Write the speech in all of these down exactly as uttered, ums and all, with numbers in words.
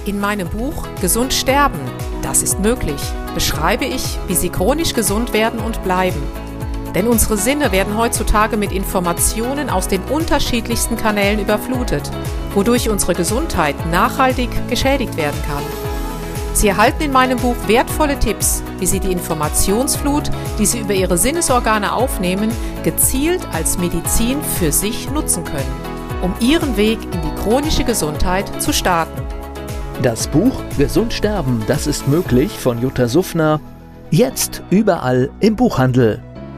In meinem Buch Gesund sterben, das ist möglich, beschreibe ich, wie Sie chronisch gesund werden und bleiben. Denn unsere Sinne werden heutzutage mit Informationen aus den unterschiedlichsten Kanälen überflutet, wodurch unsere Gesundheit nachhaltig geschädigt werden kann. Sie erhalten in meinem Buch wertvolle Tipps, wie Sie die Informationsflut, die Sie über Ihre Sinnesorgane aufnehmen, gezielt als Medizin für sich nutzen können, um Ihren Weg in die chronische Gesundheit zu starten. Das Buch Gesund sterben, das ist möglich von Jutta Suffner. Jetzt überall im Buchhandel.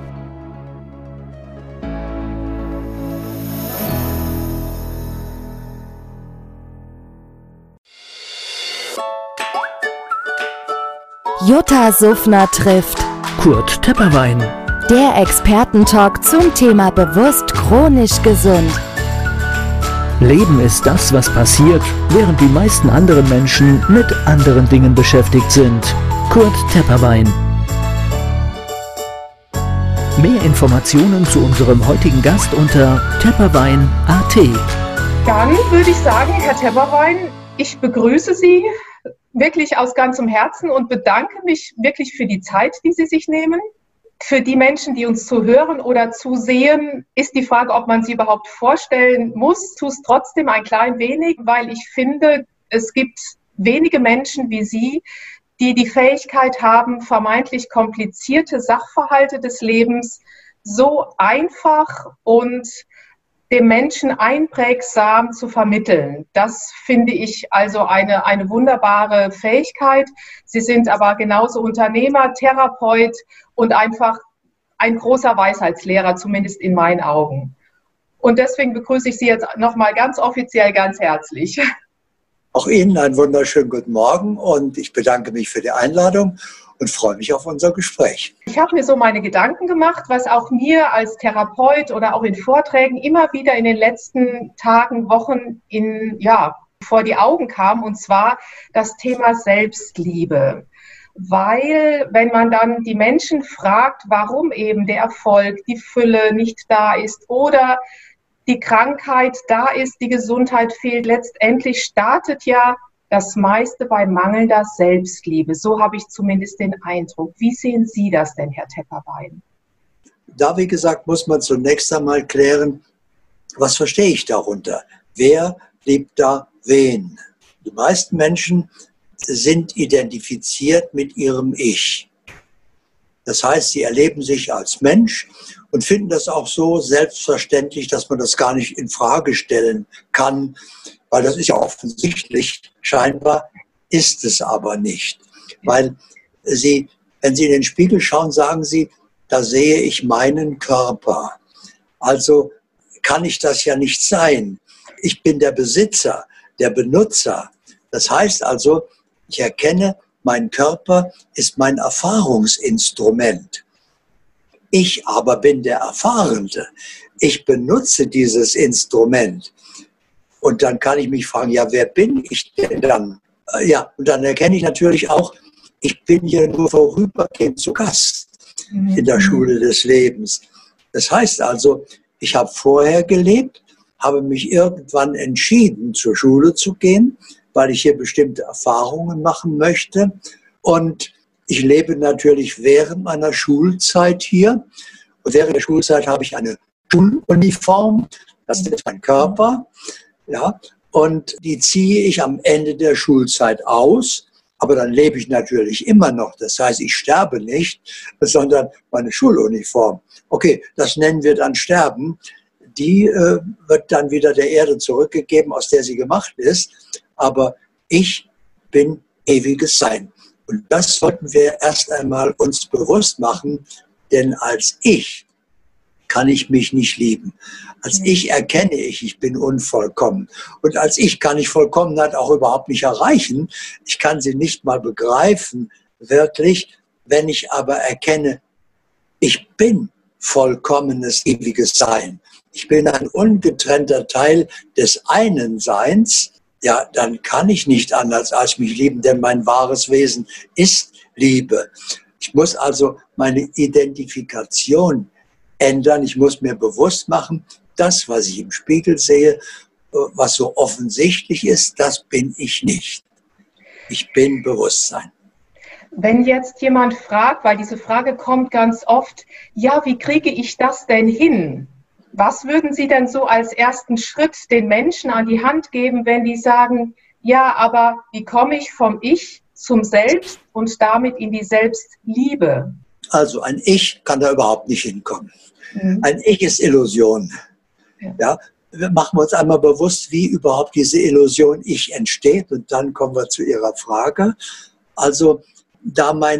Jutta Suffner trifft Kurt Tepperwein. Der Expertentalk zum Thema bewusst chronisch gesund. Leben ist das, was passiert, während die meisten anderen Menschen mit anderen Dingen beschäftigt sind. Kurt Tepperwein. Mehr Informationen zu unserem heutigen Gast unter tepperwein punkt at. Dann würde ich sagen, Herr Tepperwein, ich begrüße Sie wirklich aus ganzem Herzen und bedanke mich wirklich für die Zeit, die Sie sich nehmen. Für die Menschen, die uns zuhören oder zusehen, ist die Frage, ob man sie überhaupt vorstellen muss. Tue es trotzdem ein klein wenig, weil ich finde, es gibt wenige Menschen wie Sie, die die Fähigkeit haben, vermeintlich komplizierte Sachverhalte des Lebens so einfach und dem Menschen einprägsam zu vermitteln. Das finde ich also eine, eine wunderbare Fähigkeit. Sie sind aber genauso Unternehmer, Therapeut und einfach ein großer Weisheitslehrer, zumindest in meinen Augen. Und deswegen begrüße ich Sie jetzt nochmal ganz offiziell ganz herzlich. Auch Ihnen einen wunderschönen guten Morgen und ich bedanke mich für die Einladung und freue mich auf unser Gespräch. Ich habe mir so meine Gedanken gemacht, was auch mir als Therapeut oder auch in Vorträgen immer wieder in den letzten Tagen, Wochen in, ja, vor die Augen kam, und zwar das Thema Selbstliebe. Weil, wenn man dann die Menschen fragt, warum eben der Erfolg, die Fülle nicht da ist oder die Krankheit da ist, die Gesundheit fehlt, letztendlich startet ja das meiste bei mangelnder Selbstliebe. So habe ich zumindest den Eindruck. Wie sehen Sie das denn, Herr Tepperwein? Da, wie gesagt, muss man zunächst einmal klären, was verstehe ich darunter? Wer liebt da wen? Die meisten Menschen sind identifiziert mit ihrem Ich. Das heißt, sie erleben sich als Mensch und finden das auch so selbstverständlich, dass man das gar nicht in Frage stellen kann, weil das ist ja offensichtlich, scheinbar ist es aber nicht. Weil sie, wenn Sie in den Spiegel schauen, sagen Sie, da sehe ich meinen Körper. Also kann ich das ja nicht sein. Ich bin der Besitzer, der Benutzer. Das heißt also, ich erkenne, mein Körper ist mein Erfahrungsinstrument. Ich aber bin der Erfahrende. Ich benutze dieses Instrument. Und dann kann ich mich fragen, ja, wer bin ich denn dann? Ja, und dann erkenne ich natürlich auch, ich bin hier nur vorübergehend zu Gast in der Schule des Lebens. Das heißt also, ich habe vorher gelebt, habe mich irgendwann entschieden, zur Schule zu gehen, weil ich hier bestimmte Erfahrungen machen möchte. Und ich lebe natürlich während meiner Schulzeit hier. Und während der Schulzeit habe ich eine Schuluniform, das ist mein Körper. Ja, und die ziehe ich am Ende der Schulzeit aus, aber dann lebe ich natürlich immer noch. Das heißt, ich sterbe nicht, sondern meine Schuluniform. Okay, das nennen wir dann Sterben. Die äh, wird dann wieder der Erde zurückgegeben, aus der sie gemacht ist. Aber ich bin ewiges Sein. Und das sollten wir erst einmal uns bewusst machen, denn als Ich kann ich mich nicht lieben. Als Ich erkenne ich, ich bin unvollkommen. Und als Ich kann ich Vollkommenheit auch überhaupt nicht erreichen. Ich kann sie nicht mal begreifen, wirklich. Wenn ich aber erkenne, ich bin vollkommenes, ewiges Sein. Ich bin ein ungetrennter Teil des einen Seins. Ja, dann kann ich nicht anders als mich lieben, denn mein wahres Wesen ist Liebe. Ich muss also meine Identifikation ändern. Ich muss mir bewusst machen, das, was ich im Spiegel sehe, was so offensichtlich ist, das bin ich nicht. Ich bin Bewusstsein. Wenn jetzt jemand fragt, weil diese Frage kommt ganz oft, ja, wie kriege ich das denn hin? Was würden Sie denn so als ersten Schritt den Menschen an die Hand geben, wenn die sagen, ja, aber wie komme ich vom Ich zum Selbst und damit in die Selbstliebe? Also ein Ich kann da überhaupt nicht hinkommen. Mhm. Ein Ich ist Illusion. Ja. Ja? Wir machen uns einmal bewusst, wie überhaupt diese Illusion Ich entsteht, und dann kommen wir zu Ihrer Frage. Also da mein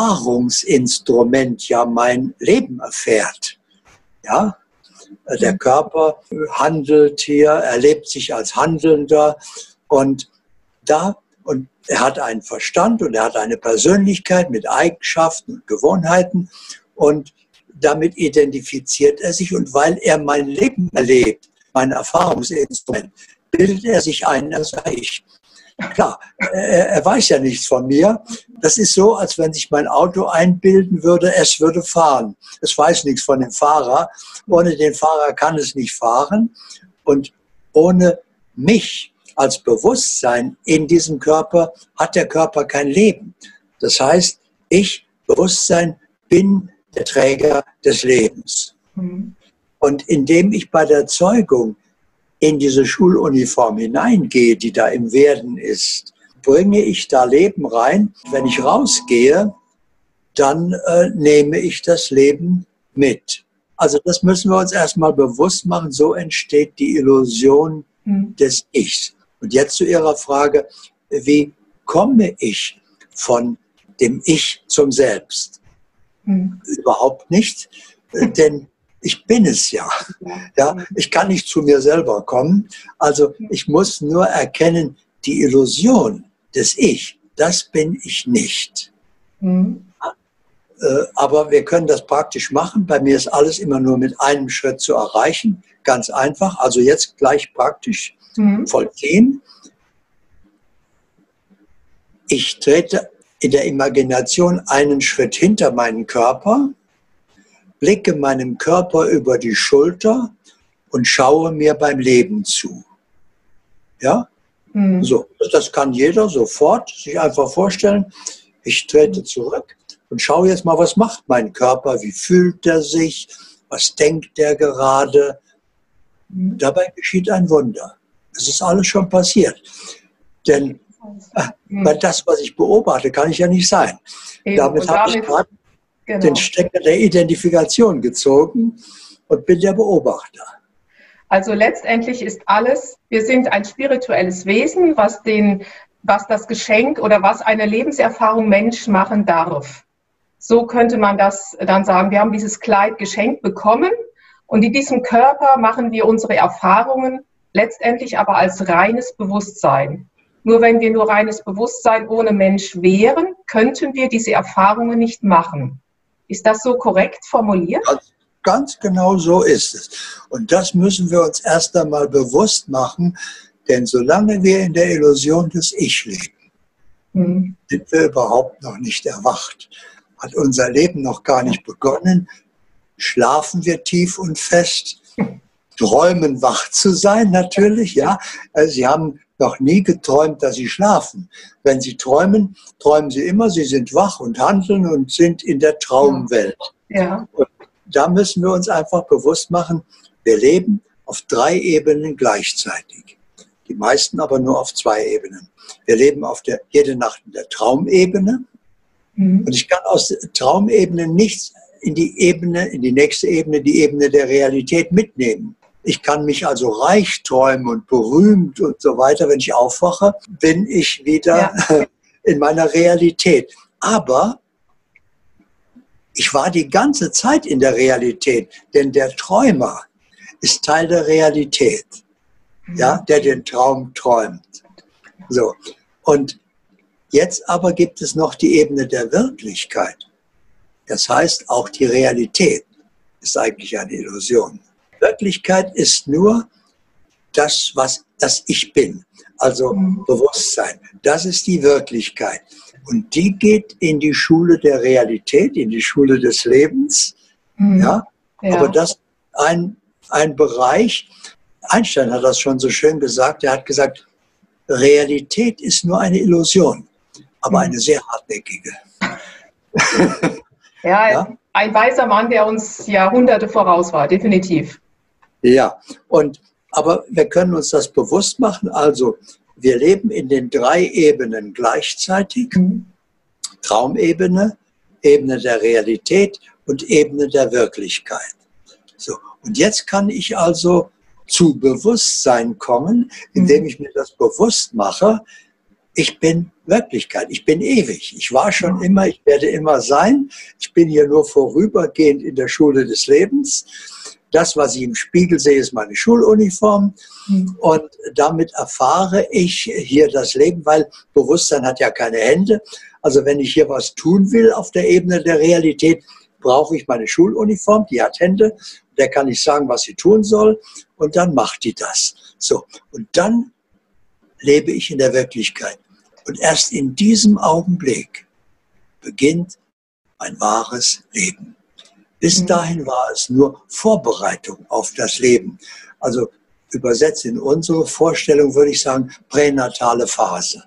Erfahrungsinstrument ja mein Leben erfährt, ja, der Körper handelt hier, erlebt sich als Handelnder, und da, und er hat einen Verstand und er hat eine Persönlichkeit mit Eigenschaften und Gewohnheiten, und damit identifiziert er sich, und weil er mein Leben erlebt, mein Erfahrungsinstrument, bildet er sich ein, er sei ich. Klar, er, er weiß ja nichts von mir. Das ist so, als wenn sich mein Auto einbilden würde, es würde fahren. Es weiß nichts von dem Fahrer. Ohne den Fahrer kann es nicht fahren. Und ohne mich als Bewusstsein in diesem Körper hat der Körper kein Leben. Das heißt, ich, Bewusstsein, bin der Träger des Lebens. Mhm. Und indem ich bei der Zeugung in diese Schuluniform hineingehe, die da im Werden ist, bringe ich da Leben rein. Wenn ich rausgehe, dann äh, nehme ich das Leben mit. Also das müssen wir uns erstmal bewusst machen. So entsteht die Illusion mhm. des Ichs. Und jetzt zu Ihrer Frage, wie komme ich von dem Ich zum Selbst? Mhm. Überhaupt nicht, denn ich bin es ja. Ja. Ich kann nicht zu mir selber kommen. Also ich muss nur erkennen, die Illusion des Ich, das bin ich nicht. Mhm. Aber wir können das praktisch machen. Bei mir ist alles immer nur mit einem Schritt zu erreichen. Ganz einfach. Also jetzt gleich praktisch mhm. vollziehen. Ich trete in der Imagination einen Schritt hinter meinen Körper, blicke meinem Körper über die Schulter und schaue mir beim Leben zu. Ja? Mhm. So, das kann jeder sofort sich einfach vorstellen. Ich trete zurück und schaue jetzt mal, was macht mein Körper, wie fühlt er sich, was denkt er gerade. Mhm. Dabei geschieht ein Wunder. Es ist alles schon passiert. Denn mhm. weil das, was ich beobachte, kann ich ja nicht sein. Eben. Damit, damit habe ich gerade Genau. den Stecker der Identifikation gezogen und bin der Beobachter. Also letztendlich ist alles, wir sind ein spirituelles Wesen, was, den, was das Geschenk oder was eine Lebenserfahrung Mensch machen darf. So könnte man das dann sagen. Wir haben dieses Kleid geschenkt bekommen und in diesem Körper machen wir unsere Erfahrungen letztendlich aber als reines Bewusstsein. Nur wenn wir nur reines Bewusstsein ohne Mensch wären, könnten wir diese Erfahrungen nicht machen. Ist das so korrekt formuliert? Ganz, ganz genau so ist es. Und das müssen wir uns erst einmal bewusst machen, denn solange wir in der Illusion des Ich leben, hm. sind wir überhaupt noch nicht erwacht. Hat unser Leben noch gar nicht begonnen, schlafen wir tief und fest, träumen wach zu sein natürlich, ja. Also Sie haben noch nie geträumt, dass Sie schlafen. Wenn Sie träumen, träumen Sie immer, Sie sind wach und handeln und sind in der Traumwelt. Ja. Und da müssen wir uns einfach bewusst machen, wir leben auf drei Ebenen gleichzeitig. Die meisten aber nur auf zwei Ebenen. Wir leben auf der, jede Nacht in der Traumebene. Mhm. Und ich kann aus der Traumebene nichts in die Ebene, in die nächste Ebene, die Ebene der Realität mitnehmen. Ich kann mich also reich träumen und berühmt und so weiter. Wenn ich aufwache, bin ich wieder ja. in meiner Realität. Aber ich war die ganze Zeit in der Realität, denn der Träumer ist Teil der Realität, ja, der den Traum träumt. So. Und jetzt aber gibt es noch die Ebene der Wirklichkeit. Das heißt, auch die Realität ist eigentlich eine Illusion. Wirklichkeit ist nur das, was das Ich bin, also mhm. Bewusstsein. Das ist die Wirklichkeit. Und die geht in die Schule der Realität, in die Schule des Lebens. Mhm. Ja? Ja. Aber das ist ein, ein Bereich, Einstein hat das schon so schön gesagt, er hat gesagt, Realität ist nur eine Illusion. aber eine sehr hartnäckige. Ja, Ja? ein weiser Mann, der uns Jahrhunderte voraus war, definitiv. Ja, und, aber wir können uns das bewusst machen. Also, wir leben in den drei Ebenen gleichzeitig. Mhm. Traumebene, Ebene der Realität und Ebene der Wirklichkeit. So, und jetzt kann ich also zu Bewusstsein kommen, indem ich mir das bewusst mache, ich bin Wirklichkeit, ich bin ewig. Ich war schon immer, ich werde immer sein. Ich bin hier nur vorübergehend in der Schule des Lebens. Das, was ich im Spiegel sehe, ist meine Schuluniform. Und damit erfahre ich hier das Leben, weil Bewusstsein hat ja keine Hände. Also wenn ich hier was tun will auf der Ebene der Realität, brauche ich meine Schuluniform, die hat Hände. Der kann ich sagen, was sie tun soll. Und dann macht die das. So. Und dann lebe ich in der Wirklichkeit. Und erst in diesem Augenblick beginnt mein wahres Leben. Bis dahin war es nur Vorbereitung auf das Leben. Also übersetzt in unsere Vorstellung würde ich sagen, pränatale Phase.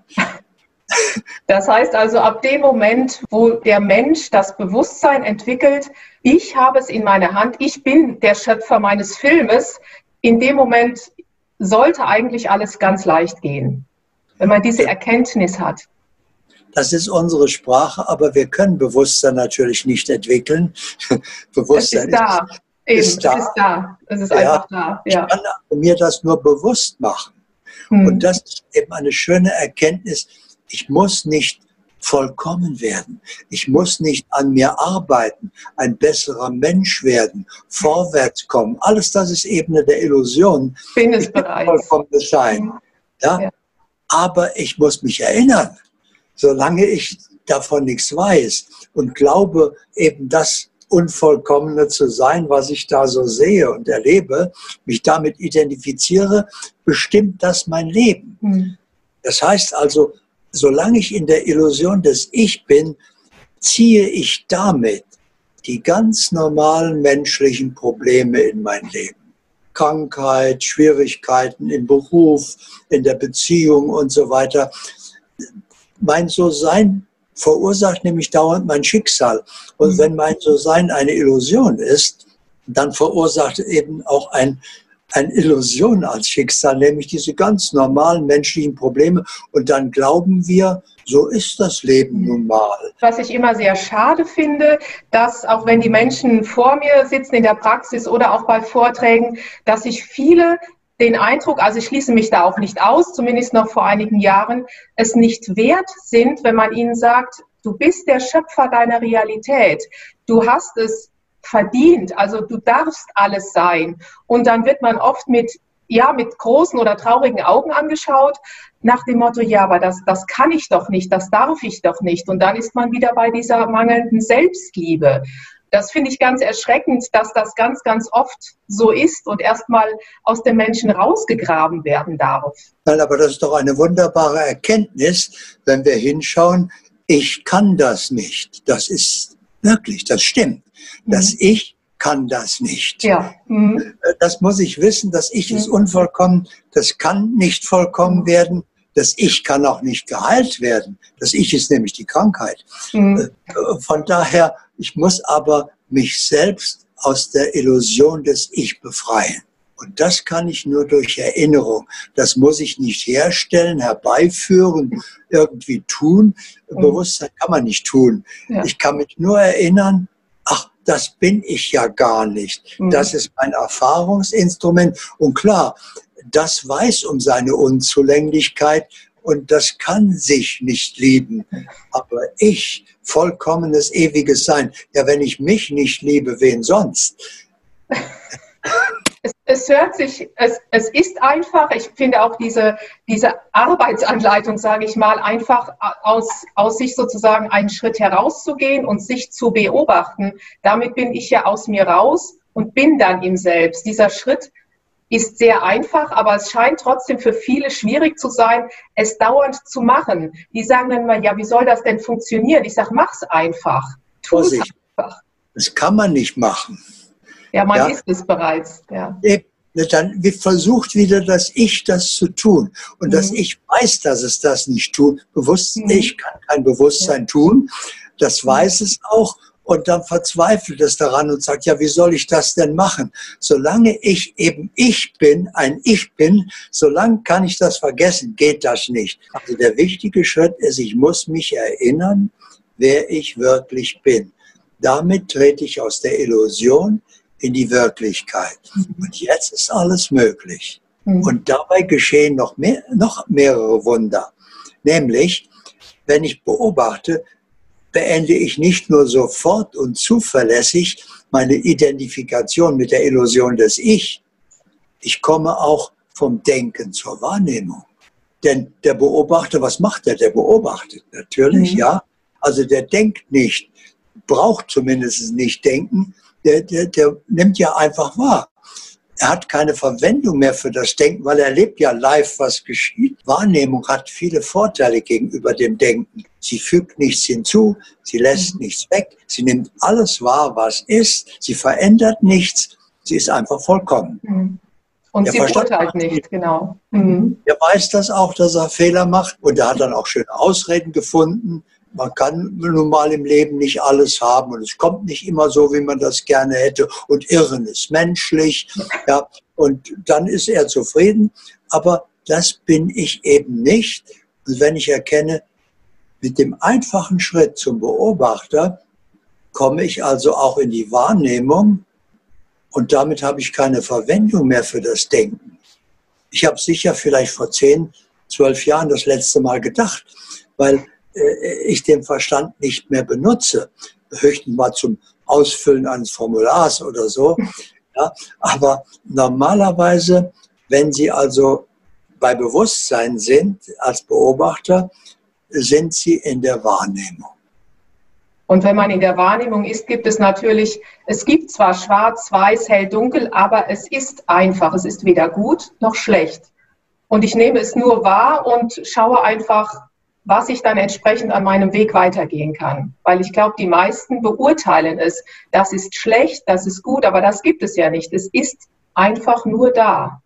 Das heißt also, ab dem Moment, wo der Mensch das Bewusstsein entwickelt, ich habe es in meiner Hand, ich bin der Schöpfer meines Filmes, in dem Moment sollte eigentlich alles ganz leicht gehen, wenn man diese Erkenntnis hat. Das ist unsere Sprache, aber wir können Bewusstsein natürlich nicht entwickeln. Bewusstsein es ist da. ist, Eben, ist da. Es ist da. Es ist Ja, einfach da. Ja. Ich kann mir das nur bewusst machen. Hm. Und das ist eben eine schöne Erkenntnis. Ich muss nicht vollkommen werden. Ich muss nicht an mir arbeiten, ein besserer Mensch werden, vorwärts kommen. Alles das ist Ebene der Illusion. Bin es Ich bin bereits. vollkommenes Sein. Ja? Ja. Aber ich muss mich erinnern, solange ich davon nichts weiß und glaube, eben das Unvollkommene zu sein, was ich da so sehe und erlebe, mich damit identifiziere, bestimmt das mein Leben. Hm. Das heißt also, solange ich in der Illusion des Ich bin, ziehe ich damit die ganz normalen menschlichen Probleme in mein Leben. Krankheit, Schwierigkeiten im Beruf, in der Beziehung und so weiter. Mein So-Sein verursacht nämlich dauernd mein Schicksal. Und wenn mein So-Sein eine Illusion ist, dann verursacht eben auch ein eine Illusion als Schicksal, nämlich diese ganz normalen menschlichen Probleme. Und dann glauben wir, so ist das Leben nun mal. Was ich immer sehr schade finde, dass auch wenn die Menschen vor mir sitzen in der Praxis oder auch bei Vorträgen, dass sich viele den Eindruck, also ich schließe mich da auch nicht aus, zumindest noch vor einigen Jahren, es nicht wert sind, wenn man ihnen sagt, du bist der Schöpfer deiner Realität. Du hast es verdient, also du darfst alles sein. Und dann wird man oft mit, ja, mit großen oder traurigen Augen angeschaut, nach dem Motto, ja, aber das, das kann ich doch nicht, das darf ich doch nicht. Und dann ist man wieder bei dieser mangelnden Selbstliebe. Das finde ich ganz erschreckend, dass das ganz, ganz oft so ist und erstmal aus dem Menschen rausgegraben werden darf. Nein, aber das ist doch eine wunderbare Erkenntnis, wenn wir hinschauen, ich kann das nicht. Das ist wirklich, das stimmt. Das mhm. Ich kann das nicht. Ja. Mhm. Das muss ich wissen, das Ich mhm. ist unvollkommen, das kann nicht vollkommen mhm. werden, das Ich kann auch nicht geheilt werden. Das Ich ist nämlich die Krankheit. Mhm. Von daher, ich muss aber mich selbst aus der Illusion des Ich befreien. Und das kann ich nur durch Erinnerung. Das muss ich nicht herstellen, herbeiführen, irgendwie tun. Mhm. Bewusstsein kann man nicht tun. Ja. Ich kann mich nur erinnern, ach, das bin ich ja gar nicht. Mhm. Das ist mein Erfahrungsinstrument. Und klar, das weiß um seine Unzulänglichkeit und das kann sich nicht lieben. Aber ich, vollkommenes, ewiges Sein, ja, wenn ich mich nicht liebe, wen sonst? Es, es hört sich, es, es ist einfach, ich finde auch diese, diese Arbeitsanleitung, sage ich mal, einfach aus, aus sich sozusagen einen Schritt herauszugehen und sich zu beobachten. Damit bin ich ja aus mir raus und bin dann im Selbst. Dieser Schritt ist sehr einfach, aber es scheint trotzdem für viele schwierig zu sein, es dauernd zu machen. Die sagen dann mal, ja, wie soll das denn funktionieren? Ich sage, mach's einfach. Tu es einfach. Das kann man nicht machen. Ja, man ja. ist es bereits. Ja. dann wird versucht wieder das Ich, das zu tun. Und mhm. das Ich weiß, dass es das nicht tut. Bewusst, mhm. Ich kann kein Bewusstsein ja. tun. Das weiß es auch. Und dann verzweifelt es daran und sagt, ja, wie soll ich das denn machen? Solange ich eben ich bin, ein Ich bin, solange kann ich das vergessen, geht das nicht. Also der wichtige Schritt ist, ich muss mich erinnern, wer ich wirklich bin. Damit trete ich aus der Illusion in die Wirklichkeit. Und jetzt ist alles möglich. Und dabei geschehen noch, mehr, noch mehrere Wunder. Nämlich, wenn ich beobachte, beende ich nicht nur sofort und zuverlässig meine Identifikation mit der Illusion des Ich. Ich komme auch vom Denken zur Wahrnehmung. Denn der Beobachter, was macht der? Der beobachtet natürlich, mhm. ja. Also der denkt nicht, braucht zumindest nicht denken, der, der, der nimmt ja einfach wahr. Er hat keine Verwendung mehr für das Denken, weil er erlebt ja live, was geschieht. Wahrnehmung hat viele Vorteile gegenüber dem Denken. Sie fügt nichts hinzu, sie lässt nichts weg, sie nimmt alles wahr, was ist, sie verändert nichts, sie ist einfach vollkommen. Und der sie urteilt nicht, genau. Mhm. Er weiß das auch, dass er Fehler macht und er hat dann auch schöne Ausreden gefunden. Man kann nun mal im Leben nicht alles haben und es kommt nicht immer so, wie man das gerne hätte. Und Irren ist menschlich. Ja, und dann ist er zufrieden. Aber das bin ich eben nicht. Und wenn ich erkenne, mit dem einfachen Schritt zum Beobachter komme ich also auch in die Wahrnehmung und damit habe ich keine Verwendung mehr für das Denken. Ich habe sicher vielleicht vor zehn, zwölf Jahren das letzte Mal gedacht, weil ich den Verstand nicht mehr benutze, höchstens mal zum Ausfüllen eines Formulars oder so. Ja, aber normalerweise, wenn Sie also bei Bewusstsein sind, als Beobachter, sind Sie in der Wahrnehmung. Und wenn man in der Wahrnehmung ist, gibt es natürlich, es gibt zwar schwarz, weiß, hell, dunkel, aber es ist einfach, es ist weder gut noch schlecht. Und ich nehme es nur wahr und schaue einfach, was ich dann entsprechend an meinem Weg weitergehen kann. Weil ich glaube, die meisten beurteilen es. Das ist schlecht, das ist gut, aber das gibt es ja nicht. Es ist einfach nur da.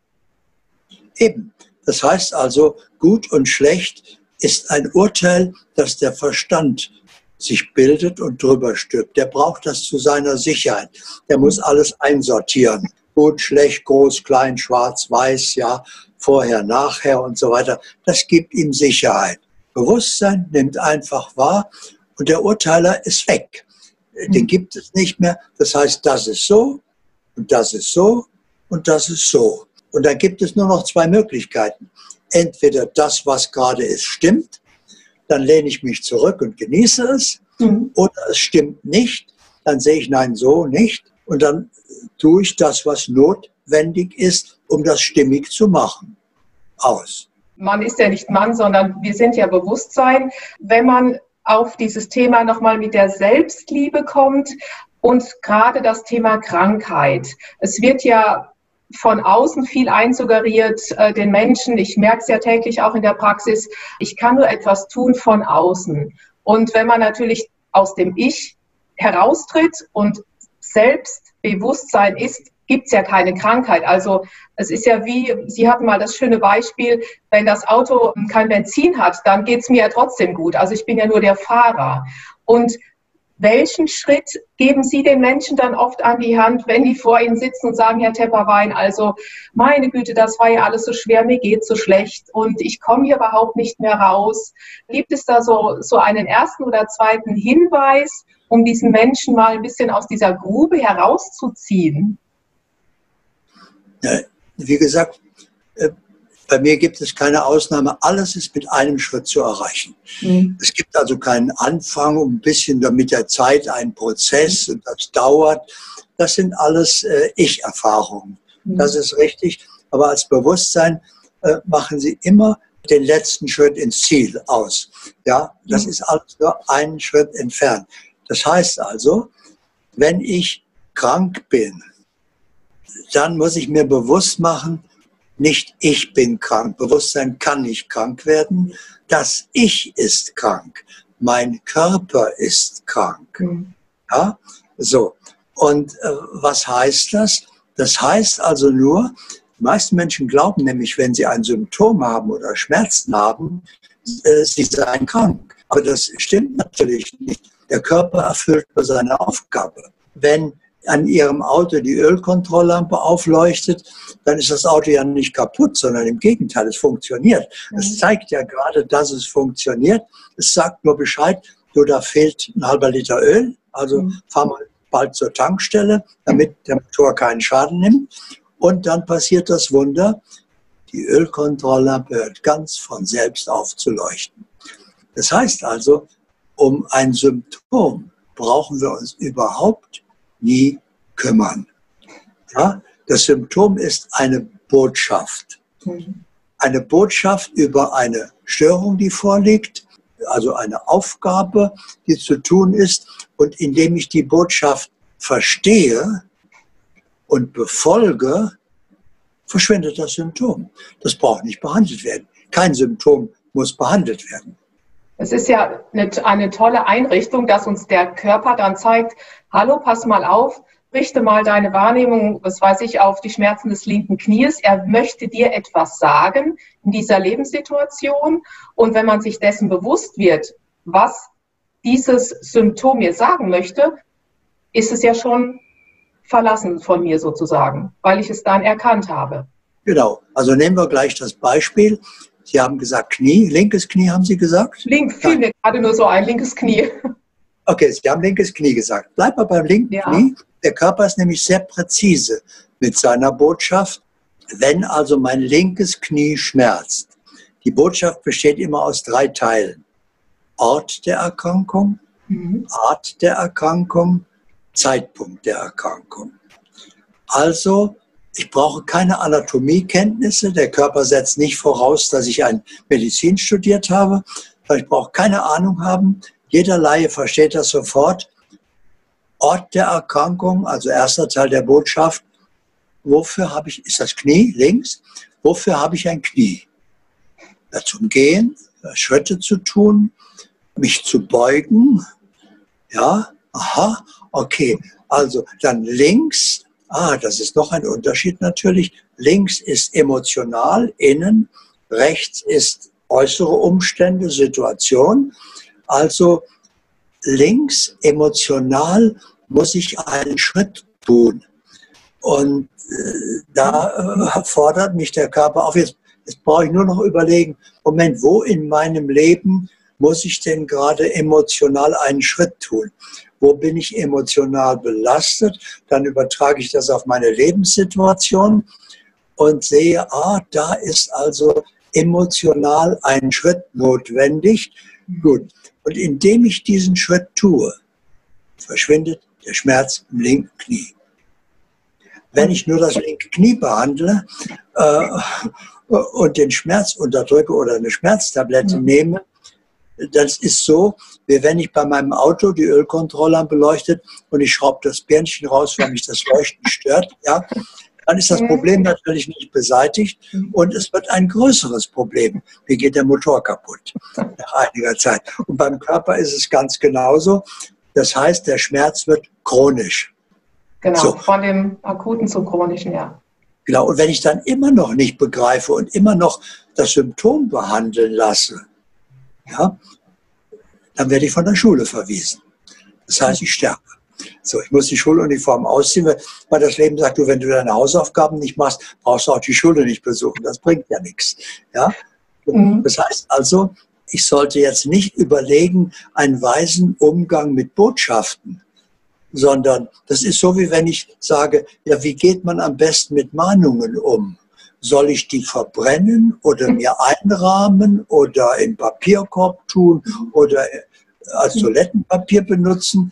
Eben. Das heißt also, gut und schlecht ist ein Urteil, das der Verstand sich bildet und drüber stülpt. Der braucht das zu seiner Sicherheit. Der muss alles einsortieren. Gut, schlecht, groß, klein, schwarz, weiß, ja, vorher, nachher und so weiter. Das gibt ihm Sicherheit. Bewusstsein nimmt einfach wahr und der Urteiler ist weg. Den gibt es nicht mehr. Das heißt, das ist so und das ist so und das ist so. Und da gibt es nur noch zwei Möglichkeiten. Entweder das, was gerade ist, stimmt, dann lehne ich mich zurück und genieße es. Mhm. Oder es stimmt nicht, dann sehe ich, nein, so nicht. Und dann tue ich das, was notwendig ist, um das stimmig zu machen. Aus. Man ist ja nicht Mann, sondern wir sind ja Bewusstsein. Wenn man auf dieses Thema nochmal mit der Selbstliebe kommt und gerade das Thema Krankheit. Es wird ja von außen viel einsuggeriert, äh, den Menschen. Ich merke es ja täglich auch in der Praxis. Ich kann nur etwas tun von außen. Und wenn man natürlich aus dem Ich heraustritt und Selbstbewusstsein ist, gibt es ja keine Krankheit. Also es ist ja wie, Sie hatten mal das schöne Beispiel, wenn das Auto kein Benzin hat, dann geht es mir ja trotzdem gut. Also ich bin ja nur der Fahrer. Und welchen Schritt geben Sie den Menschen dann oft an die Hand, wenn die vor Ihnen sitzen und sagen, Herr Tepperwein, also meine Güte, das war ja alles so schwer, mir geht's so schlecht und ich komme hier überhaupt nicht mehr raus. Gibt es da so, so einen ersten oder zweiten Hinweis, um diesen Menschen mal ein bisschen aus dieser Grube herauszuziehen? Ja, wie gesagt, bei mir gibt es keine Ausnahme. Alles ist mit einem Schritt zu erreichen. Mhm. Es gibt also keinen Anfang, um ein bisschen mit der Zeit ein Prozess und das dauert. Das sind alles äh, Ich-Erfahrungen. Mhm. Das ist richtig. Aber als Bewusstsein äh, machen Sie immer den letzten Schritt ins Ziel aus. Ja, das mhm. ist alles nur einen Schritt entfernt. Das heißt also, wenn ich krank bin, dann muss ich mir bewusst machen, nicht ich bin krank. Bewusstsein kann nicht krank werden. Das Ich ist krank. Mein Körper ist krank. Mhm. Ja, so. Und äh, was heißt das? Das heißt also nur, die meisten Menschen glauben nämlich, wenn sie ein Symptom haben oder Schmerzen haben, äh, sie seien krank. Aber das stimmt natürlich nicht. Der Körper erfüllt nur seine Aufgabe. Wenn an Ihrem Auto die Ölkontrolllampe aufleuchtet, dann ist das Auto ja nicht kaputt, sondern im Gegenteil, es funktioniert. Es zeigt ja gerade, dass es funktioniert. Es sagt nur Bescheid, du, da fehlt ein halber Liter Öl, also mhm. fahr mal bald zur Tankstelle, damit der Motor keinen Schaden nimmt. Und dann passiert das Wunder, die Ölkontrolllampe hört ganz von selbst auf zu leuchten. Das heißt also, um ein Symptom brauchen wir uns überhaupt nie kümmern. Ja? Das Symptom ist eine Botschaft. Eine Botschaft über eine Störung, die vorliegt, also eine Aufgabe, die zu tun ist. Und indem ich die Botschaft verstehe und befolge, verschwindet das Symptom. Das braucht nicht behandelt werden. Kein Symptom muss behandelt werden. Es ist ja eine, eine tolle Einrichtung, dass uns der Körper dann zeigt, hallo, pass mal auf, richte mal deine Wahrnehmung, was weiß ich, auf die Schmerzen des linken Knies. Er möchte dir etwas sagen in dieser Lebenssituation. Und wenn man sich dessen bewusst wird, was dieses Symptom mir sagen möchte, ist es ja schon verlassen von mir sozusagen, weil ich es dann erkannt habe. Genau, also nehmen wir gleich das Beispiel. Sie haben gesagt Knie, linkes Knie haben Sie gesagt? Link, fiel mir gerade nur so ein, linkes Knie. Okay, Sie haben linkes Knie gesagt. Bleib mal beim linken ja. Knie. Der Körper ist nämlich sehr präzise mit seiner Botschaft. Wenn also mein linkes Knie schmerzt, die Botschaft besteht immer aus drei Teilen. Ort der Erkrankung, mhm. Art der Erkrankung, Zeitpunkt der Erkrankung. Also, ich brauche keine Anatomiekenntnisse. Der Körper setzt nicht voraus, dass ich ein Medizin studiert habe. Ich brauche keine Ahnung haben. Jeder Laie versteht das sofort. Ort der Erkrankung, also erster Teil der Botschaft. Wofür habe ich, ist das Knie links? Wofür habe ich ein Knie? Ja, zum Gehen, Schritte zu tun, mich zu beugen. Ja, aha, okay. Also dann links. Ah, das ist noch ein Unterschied natürlich. Links ist emotional, innen. Rechts ist äußere Umstände, Situation. Also links, emotional, muss ich einen Schritt tun. Und äh, da äh, fordert mich der Körper auf. Jetzt, jetzt brauche ich nur noch überlegen, Moment, wo in meinem Leben muss ich denn gerade emotional einen Schritt tun? Wo bin ich emotional belastet? Dann übertrage ich das auf meine Lebenssituation und sehe, ah, da ist also emotional ein Schritt notwendig. Gut. Und indem ich diesen Schritt tue, verschwindet der Schmerz im linken Knie. Wenn ich nur das linke Knie behandle äh, und den Schmerz unterdrücke oder eine Schmerztablette mhm. nehme, das ist so, wie wenn ich bei meinem Auto die Ölkontrolllampe beleuchtet und ich schraube das Birnchen raus, weil mich das Leuchten stört, ja, dann ist das Problem natürlich nicht beseitigt und es wird ein größeres Problem. Wie geht der Motor kaputt nach einiger Zeit? Und beim Körper ist es ganz genauso. Das heißt, der Schmerz wird chronisch. Genau, so. Von dem akuten zum chronischen, ja. Genau, und wenn ich dann immer noch nicht begreife und immer noch das Symptom behandeln lasse, ja, dann werde ich von der Schule verwiesen. Das heißt, ich sterbe. So, ich muss die Schuluniform ausziehen, weil das Leben sagt, du, wenn du deine Hausaufgaben nicht machst, brauchst du auch die Schule nicht besuchen. Das bringt ja nichts. Ja? Mhm. Das heißt also, ich sollte jetzt nicht überlegen, einen weisen Umgang mit Botschaften, sondern das ist so, wie wenn ich sage, ja, wie geht man am besten mit Mahnungen um? Soll ich die verbrennen oder mir einrahmen oder in Papierkorb tun oder als Toilettenpapier benutzen?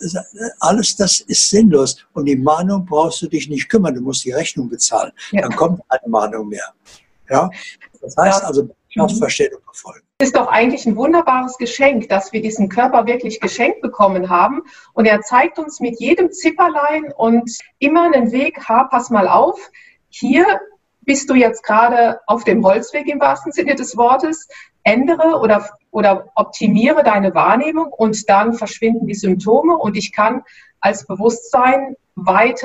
Alles das ist sinnlos. Und die Mahnung brauchst du dich nicht kümmern. Du musst die Rechnung bezahlen. Ja. Dann kommt keine Mahnung mehr. Ja? Das heißt also, Botschaft verstehen und befolgen. Es ist doch eigentlich ein wunderbares Geschenk, dass wir diesen Körper wirklich geschenkt bekommen haben. Und er zeigt uns mit jedem Zipperlein und immer einen Weg, ha, pass mal auf, hier bist du jetzt gerade auf dem Holzweg im wahrsten Sinne des Wortes, ändere oder, oder optimiere deine Wahrnehmung und dann verschwinden die Symptome und ich kann als Bewusstsein weiter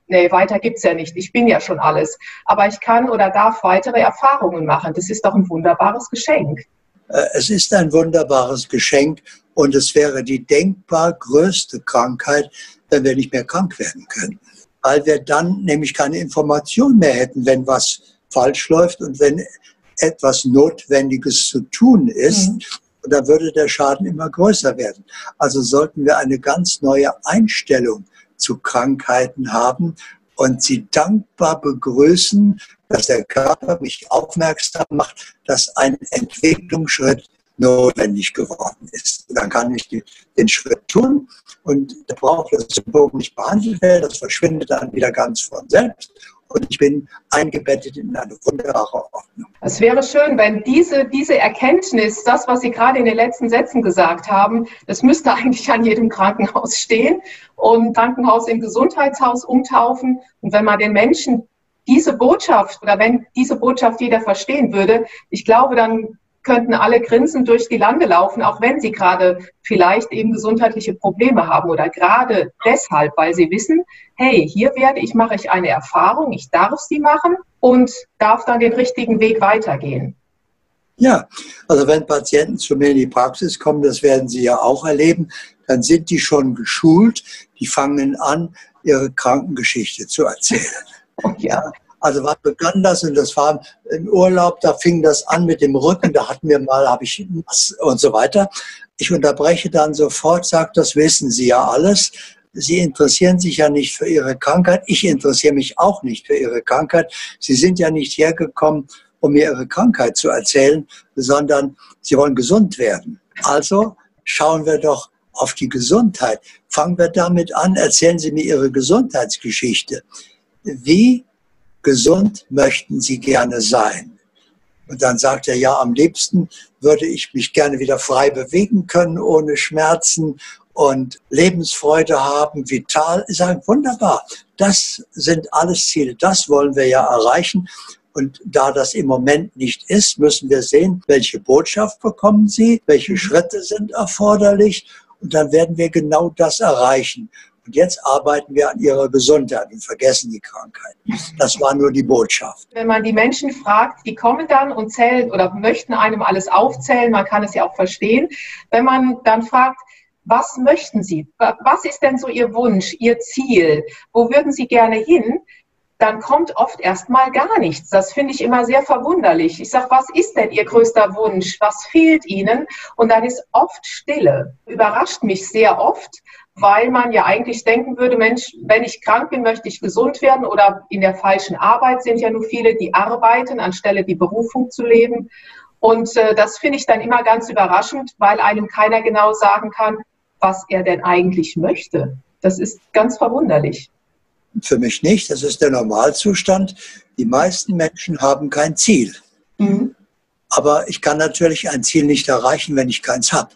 nee, weiter gibt's ja nicht, ich bin ja schon alles. Aber ich kann oder darf weitere Erfahrungen machen. Das ist doch ein wunderbares Geschenk. Es ist ein wunderbares Geschenk und es wäre die denkbar größte Krankheit, wenn wir nicht mehr krank werden könnten. Weil wir dann nämlich keine Information mehr hätten, wenn was falsch läuft und wenn etwas Notwendiges zu tun ist. Mhm. Und dann würde der Schaden immer größer werden. Also sollten wir eine ganz neue Einstellung zu Krankheiten haben und sie dankbar begrüßen, dass der Körper mich aufmerksam macht, dass ein Entwicklungsschritt notwendig geworden ist. Dann kann ich den Schritt tun und da braucht das Symptom nicht behandelt werden, das verschwindet dann wieder ganz von selbst und ich bin eingebettet in eine wunderbare Ordnung. Es wäre schön, wenn diese, diese Erkenntnis, das, was Sie gerade in den letzten Sätzen gesagt haben, das müsste eigentlich an jedem Krankenhaus stehen und Krankenhaus in Gesundheitshaus umtaufen. Und wenn man den Menschen diese Botschaft oder wenn diese Botschaft jeder verstehen würde, ich glaube, dann könnten alle grinsend durch die Lande laufen, auch wenn sie gerade vielleicht eben gesundheitliche Probleme haben oder gerade deshalb, weil sie wissen, hey, hier werde ich, mache ich eine Erfahrung, ich darf sie machen und darf dann den richtigen Weg weitergehen. Ja, also wenn Patienten zu mir in die Praxis kommen, das werden Sie ja auch erleben, dann sind die schon geschult, die fangen an, ihre Krankengeschichte zu erzählen. Oh ja. Also wann begann das? Und das war im Urlaub, da fing das an mit dem Rücken, da hatten wir mal, habe ich und so weiter. Ich unterbreche dann sofort, sage, das wissen Sie ja alles. Sie interessieren sich ja nicht für Ihre Krankheit. Ich interessiere mich auch nicht für Ihre Krankheit. Sie sind ja nicht hergekommen, um mir Ihre Krankheit zu erzählen, sondern Sie wollen gesund werden. Also schauen wir doch auf die Gesundheit. Fangen wir damit an, erzählen Sie mir Ihre Gesundheitsgeschichte. Wie gesund möchten Sie gerne sein? Und dann sagt er, ja, am liebsten würde ich mich gerne wieder frei bewegen können, ohne Schmerzen und Lebensfreude haben, vital. Ich sage, wunderbar, das sind alles Ziele, das wollen wir ja erreichen. Und da das im Moment nicht ist, müssen wir sehen, welche Botschaft bekommen Sie, welche Schritte sind erforderlich und dann werden wir genau das erreichen. Und jetzt arbeiten wir an ihrer Gesundheit und vergessen die Krankheit. Das war nur die Botschaft. Wenn man die Menschen fragt, die kommen dann und zählen oder möchten einem alles aufzählen, man kann es ja auch verstehen. Wenn man dann fragt, was möchten Sie? Was ist denn so Ihr Wunsch, Ihr Ziel? Wo würden Sie gerne hin? Dann kommt oft erstmal gar nichts. Das finde ich immer sehr verwunderlich. Ich sage, was ist denn Ihr größter Wunsch? Was fehlt Ihnen? Und dann ist oft Stille. Überrascht mich sehr oft, weil man ja eigentlich denken würde, Mensch, wenn ich krank bin, möchte ich gesund werden oder in der falschen Arbeit sind ja nur viele, die arbeiten, anstelle die Berufung zu leben. Und äh, das finde ich dann immer ganz überraschend, weil einem keiner genau sagen kann, was er denn eigentlich möchte. Das ist ganz verwunderlich. Für mich nicht, das ist der Normalzustand. Die meisten Menschen haben kein Ziel. Mhm. Aber ich kann natürlich ein Ziel nicht erreichen, wenn ich keins habe.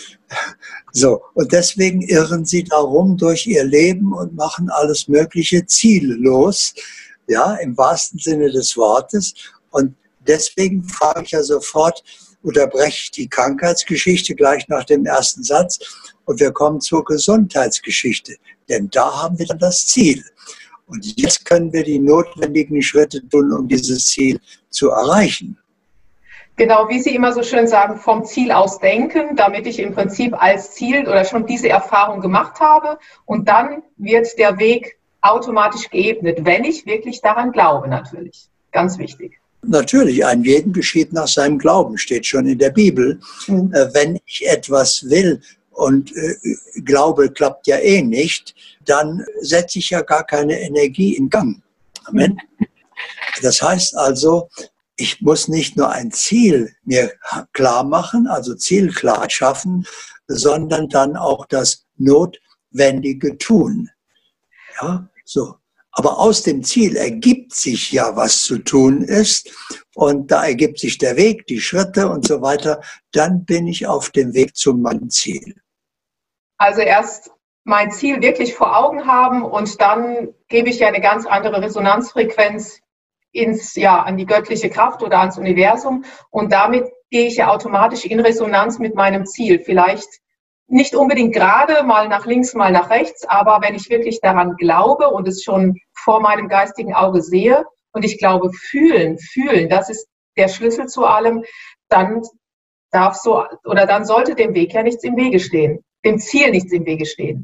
So, und deswegen irren sie darum durch ihr Leben und machen alles Mögliche ziellos, ja, im wahrsten Sinne des Wortes. Und deswegen frage ich ja sofort, unterbreche ich die Krankheitsgeschichte gleich nach dem ersten Satz und wir kommen zur Gesundheitsgeschichte. Denn da haben wir dann das Ziel. Und jetzt können wir die notwendigen Schritte tun, um dieses Ziel zu erreichen. Genau, wie Sie immer so schön sagen, vom Ziel aus denken, damit ich im Prinzip als Ziel oder schon diese Erfahrung gemacht habe. Und dann wird der Weg automatisch geebnet, wenn ich wirklich daran glaube, natürlich. Ganz wichtig. Natürlich, ein jeden geschieht nach seinem Glauben, steht schon in der Bibel. Mhm. Äh, wenn ich etwas will und äh, glaube, klappt ja eh nicht, dann setze ich ja gar keine Energie in Gang. Amen. Mhm. Das heißt also, ich muss nicht nur ein Ziel mir klar machen, also Ziel klar schaffen, sondern dann auch das Notwendige tun. Ja, so. Aber aus dem Ziel ergibt sich ja, was zu tun ist. Und da ergibt sich der Weg, die Schritte und so weiter. Dann bin ich auf dem Weg zu meinem Ziel. Also erst mein Ziel wirklich vor Augen haben und dann gebe ich ja eine ganz andere Resonanzfrequenz ins, ja, an die göttliche Kraft oder ans Universum. Und damit gehe ich ja automatisch in Resonanz mit meinem Ziel. Vielleicht nicht unbedingt gerade, mal nach links, mal nach rechts, aber wenn ich wirklich daran glaube und es schon vor meinem geistigen Auge sehe und ich glaube, fühlen, fühlen, das ist der Schlüssel zu allem, dann darf so oder dann sollte dem Weg ja nichts im Wege stehen, dem Ziel nichts im Wege stehen.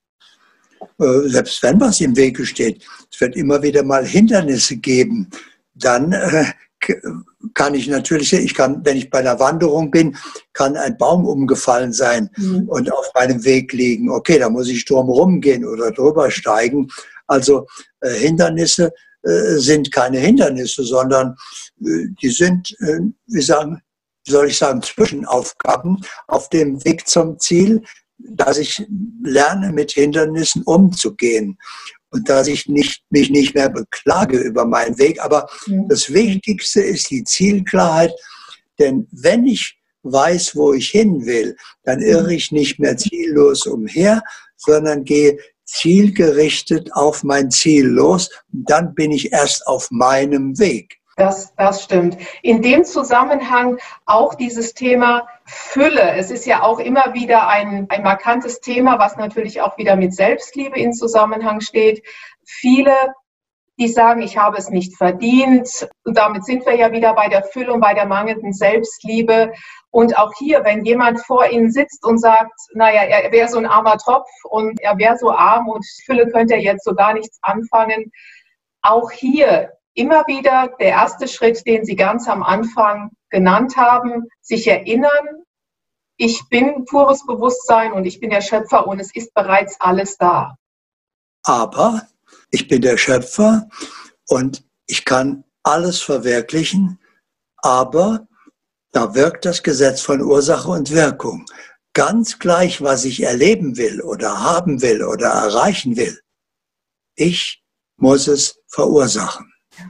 Selbst wenn was im Wege steht, es wird immer wieder mal Hindernisse geben, dann äh, kann ich natürlich, ich kann, wenn ich bei einer Wanderung bin, kann ein Baum umgefallen sein mhm. und auf meinem Weg liegen. Okay, da muss ich drum rumgehen oder drüber steigen. Also äh, Hindernisse äh, sind keine Hindernisse, sondern äh, die sind, äh, wie sagen, wie soll ich sagen, Zwischenaufgaben auf dem Weg zum Ziel, dass ich lerne, mit Hindernissen umzugehen. Und dass ich nicht, mich nicht mehr beklage über meinen Weg. Aber mhm. das Wichtigste ist die Zielklarheit. Denn wenn ich weiß, wo ich hin will, dann irre ich nicht mehr ziellos umher, sondern gehe zielgerichtet auf mein Ziel los. Und dann bin ich erst auf meinem Weg. Das, das stimmt. In dem Zusammenhang auch dieses Thema Fülle. Es ist ja auch immer wieder ein, ein markantes Thema, was natürlich auch wieder mit Selbstliebe in Zusammenhang steht. Viele, die sagen, ich habe es nicht verdient. Und damit sind wir ja wieder bei der Fülle und bei der mangelnden Selbstliebe. Und auch hier, wenn jemand vor Ihnen sitzt und sagt, naja, er wäre so ein armer Tropf und er wäre so arm und Fülle könnte er jetzt so gar nichts anfangen. Auch hier immer wieder der erste Schritt, den Sie ganz am Anfang genannt haben, sich erinnern, ich bin pures Bewusstsein und ich bin der Schöpfer und es ist bereits alles da. Aber ich bin der Schöpfer und ich kann alles verwirklichen, aber da wirkt das Gesetz von Ursache und Wirkung. Ganz gleich, was ich erleben will oder haben will oder erreichen will, ich muss es verursachen.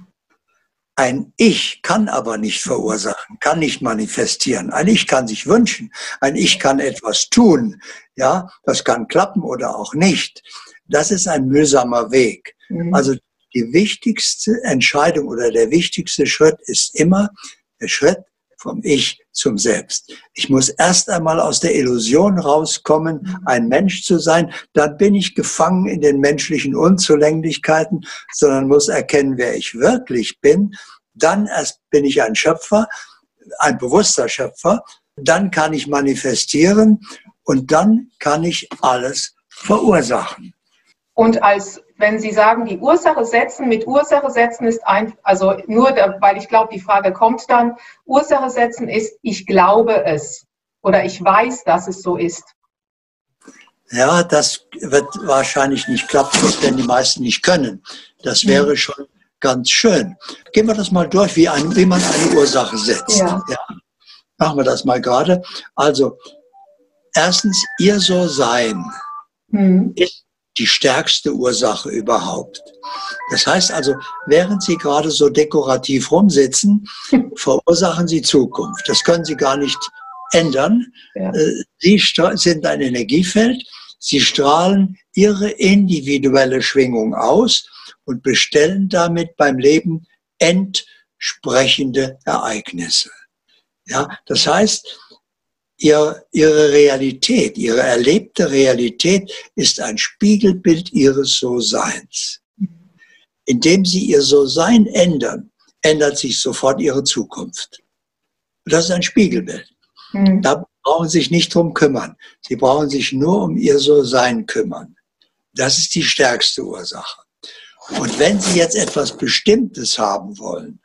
Ein Ich kann aber nicht verursachen, kann nicht manifestieren. Ein Ich kann sich wünschen, ein Ich kann etwas tun. Ja, das kann klappen oder auch nicht. Das ist ein mühsamer Weg. Mhm. Also die wichtigste Entscheidung oder der wichtigste Schritt ist immer der Schritt vom Ich zum Selbst. Ich muss erst einmal aus der Illusion rauskommen, ein Mensch zu sein. Dann bin ich gefangen in den menschlichen Unzulänglichkeiten, sondern muss erkennen, wer ich wirklich bin. Dann erst bin ich ein Schöpfer, ein bewusster Schöpfer. Dann kann ich manifestieren und dann kann ich alles verursachen. Und als wenn Sie sagen, die Ursache setzen, mit Ursache setzen ist ein, also nur, weil ich glaube, die Frage kommt dann, Ursache setzen ist, ich glaube es oder ich weiß, dass es so ist. Ja, das wird wahrscheinlich nicht klappen, das werden die meisten nicht können. Das wäre mhm. schon ganz schön. Gehen wir das mal durch, wie, ein, wie man eine Ursache setzt. Ja. Ja. Machen wir das mal gerade. Also, erstens, Ihr So-Sein mhm. ist die stärkste Ursache überhaupt. Das heißt also, während Sie gerade so dekorativ rumsitzen, verursachen Sie Zukunft. Das können Sie gar nicht ändern. Ja. Sie sind ein Energiefeld. Sie strahlen Ihre individuelle Schwingung aus und bestellen damit beim Leben entsprechende Ereignisse. Ja, das heißt, Ihr, ihre Realität, ihre erlebte Realität ist ein Spiegelbild ihres So-Seins. Indem sie ihr So-Sein ändern, ändert sich sofort ihre Zukunft. Das ist ein Spiegelbild. Mhm. Da brauchen Sie sich nicht drum kümmern. Sie brauchen sich nur um ihr So-Sein kümmern. Das ist die stärkste Ursache. Und wenn Sie jetzt etwas Bestimmtes haben wollen,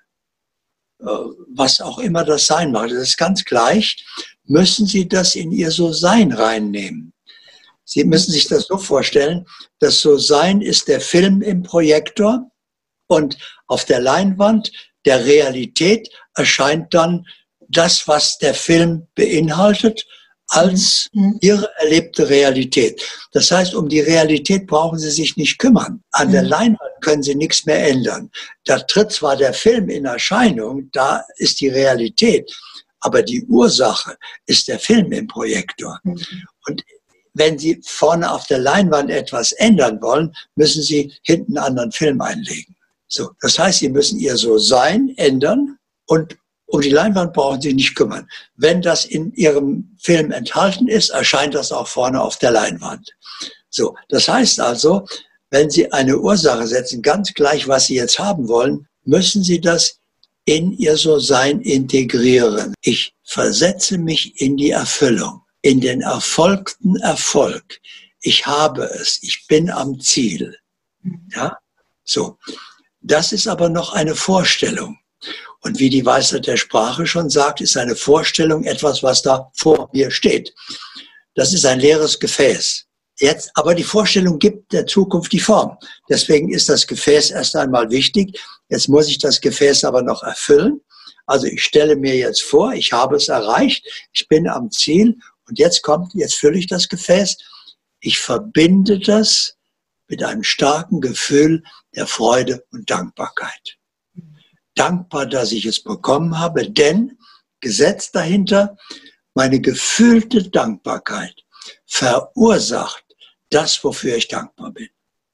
was auch immer das sein mag, das ist ganz gleich, müssen Sie das in Ihr So-Sein reinnehmen. Sie müssen sich das so vorstellen, das So-Sein ist der Film im Projektor und auf der Leinwand der Realität erscheint dann das, was der Film beinhaltet, als Ihre erlebte Realität. Das heißt, um die Realität brauchen Sie sich nicht kümmern. An der Leinwand können Sie nichts mehr ändern. Da tritt zwar der Film in Erscheinung, da ist die Realität, aber die Ursache ist der Film im Projektor. Mhm. Und wenn Sie vorne auf der Leinwand etwas ändern wollen, müssen Sie hinten einen anderen Film einlegen. So, das heißt, Sie müssen Ihr So-Sein ändern und Um die Leinwand brauchen Sie nicht kümmern. Wenn das in Ihrem Film enthalten ist, erscheint das auch vorne auf der Leinwand. So, das heißt also, wenn Sie eine Ursache setzen, ganz gleich, was Sie jetzt haben wollen, müssen Sie das in Ihr So-Sein integrieren. Ich versetze mich in die Erfüllung, in den erfolgten Erfolg. Ich habe es, ich bin am Ziel. Ja, so. Das ist aber noch eine Vorstellung. Und wie die Weisheit der Sprache schon sagt, ist eine Vorstellung etwas, was da vor mir steht. Das ist ein leeres Gefäß. Jetzt, aber die Vorstellung gibt der Zukunft die Form. Deswegen ist das Gefäß erst einmal wichtig. Jetzt muss ich das Gefäß aber noch erfüllen. Also ich stelle mir jetzt vor, ich habe es erreicht, ich bin am Ziel und jetzt kommt, jetzt fülle ich das Gefäß. Ich verbinde das mit einem starken Gefühl der Freude und Dankbarkeit. Dankbar, dass ich es bekommen habe, denn Gesetz dahinter, meine gefühlte Dankbarkeit verursacht das, wofür ich dankbar bin.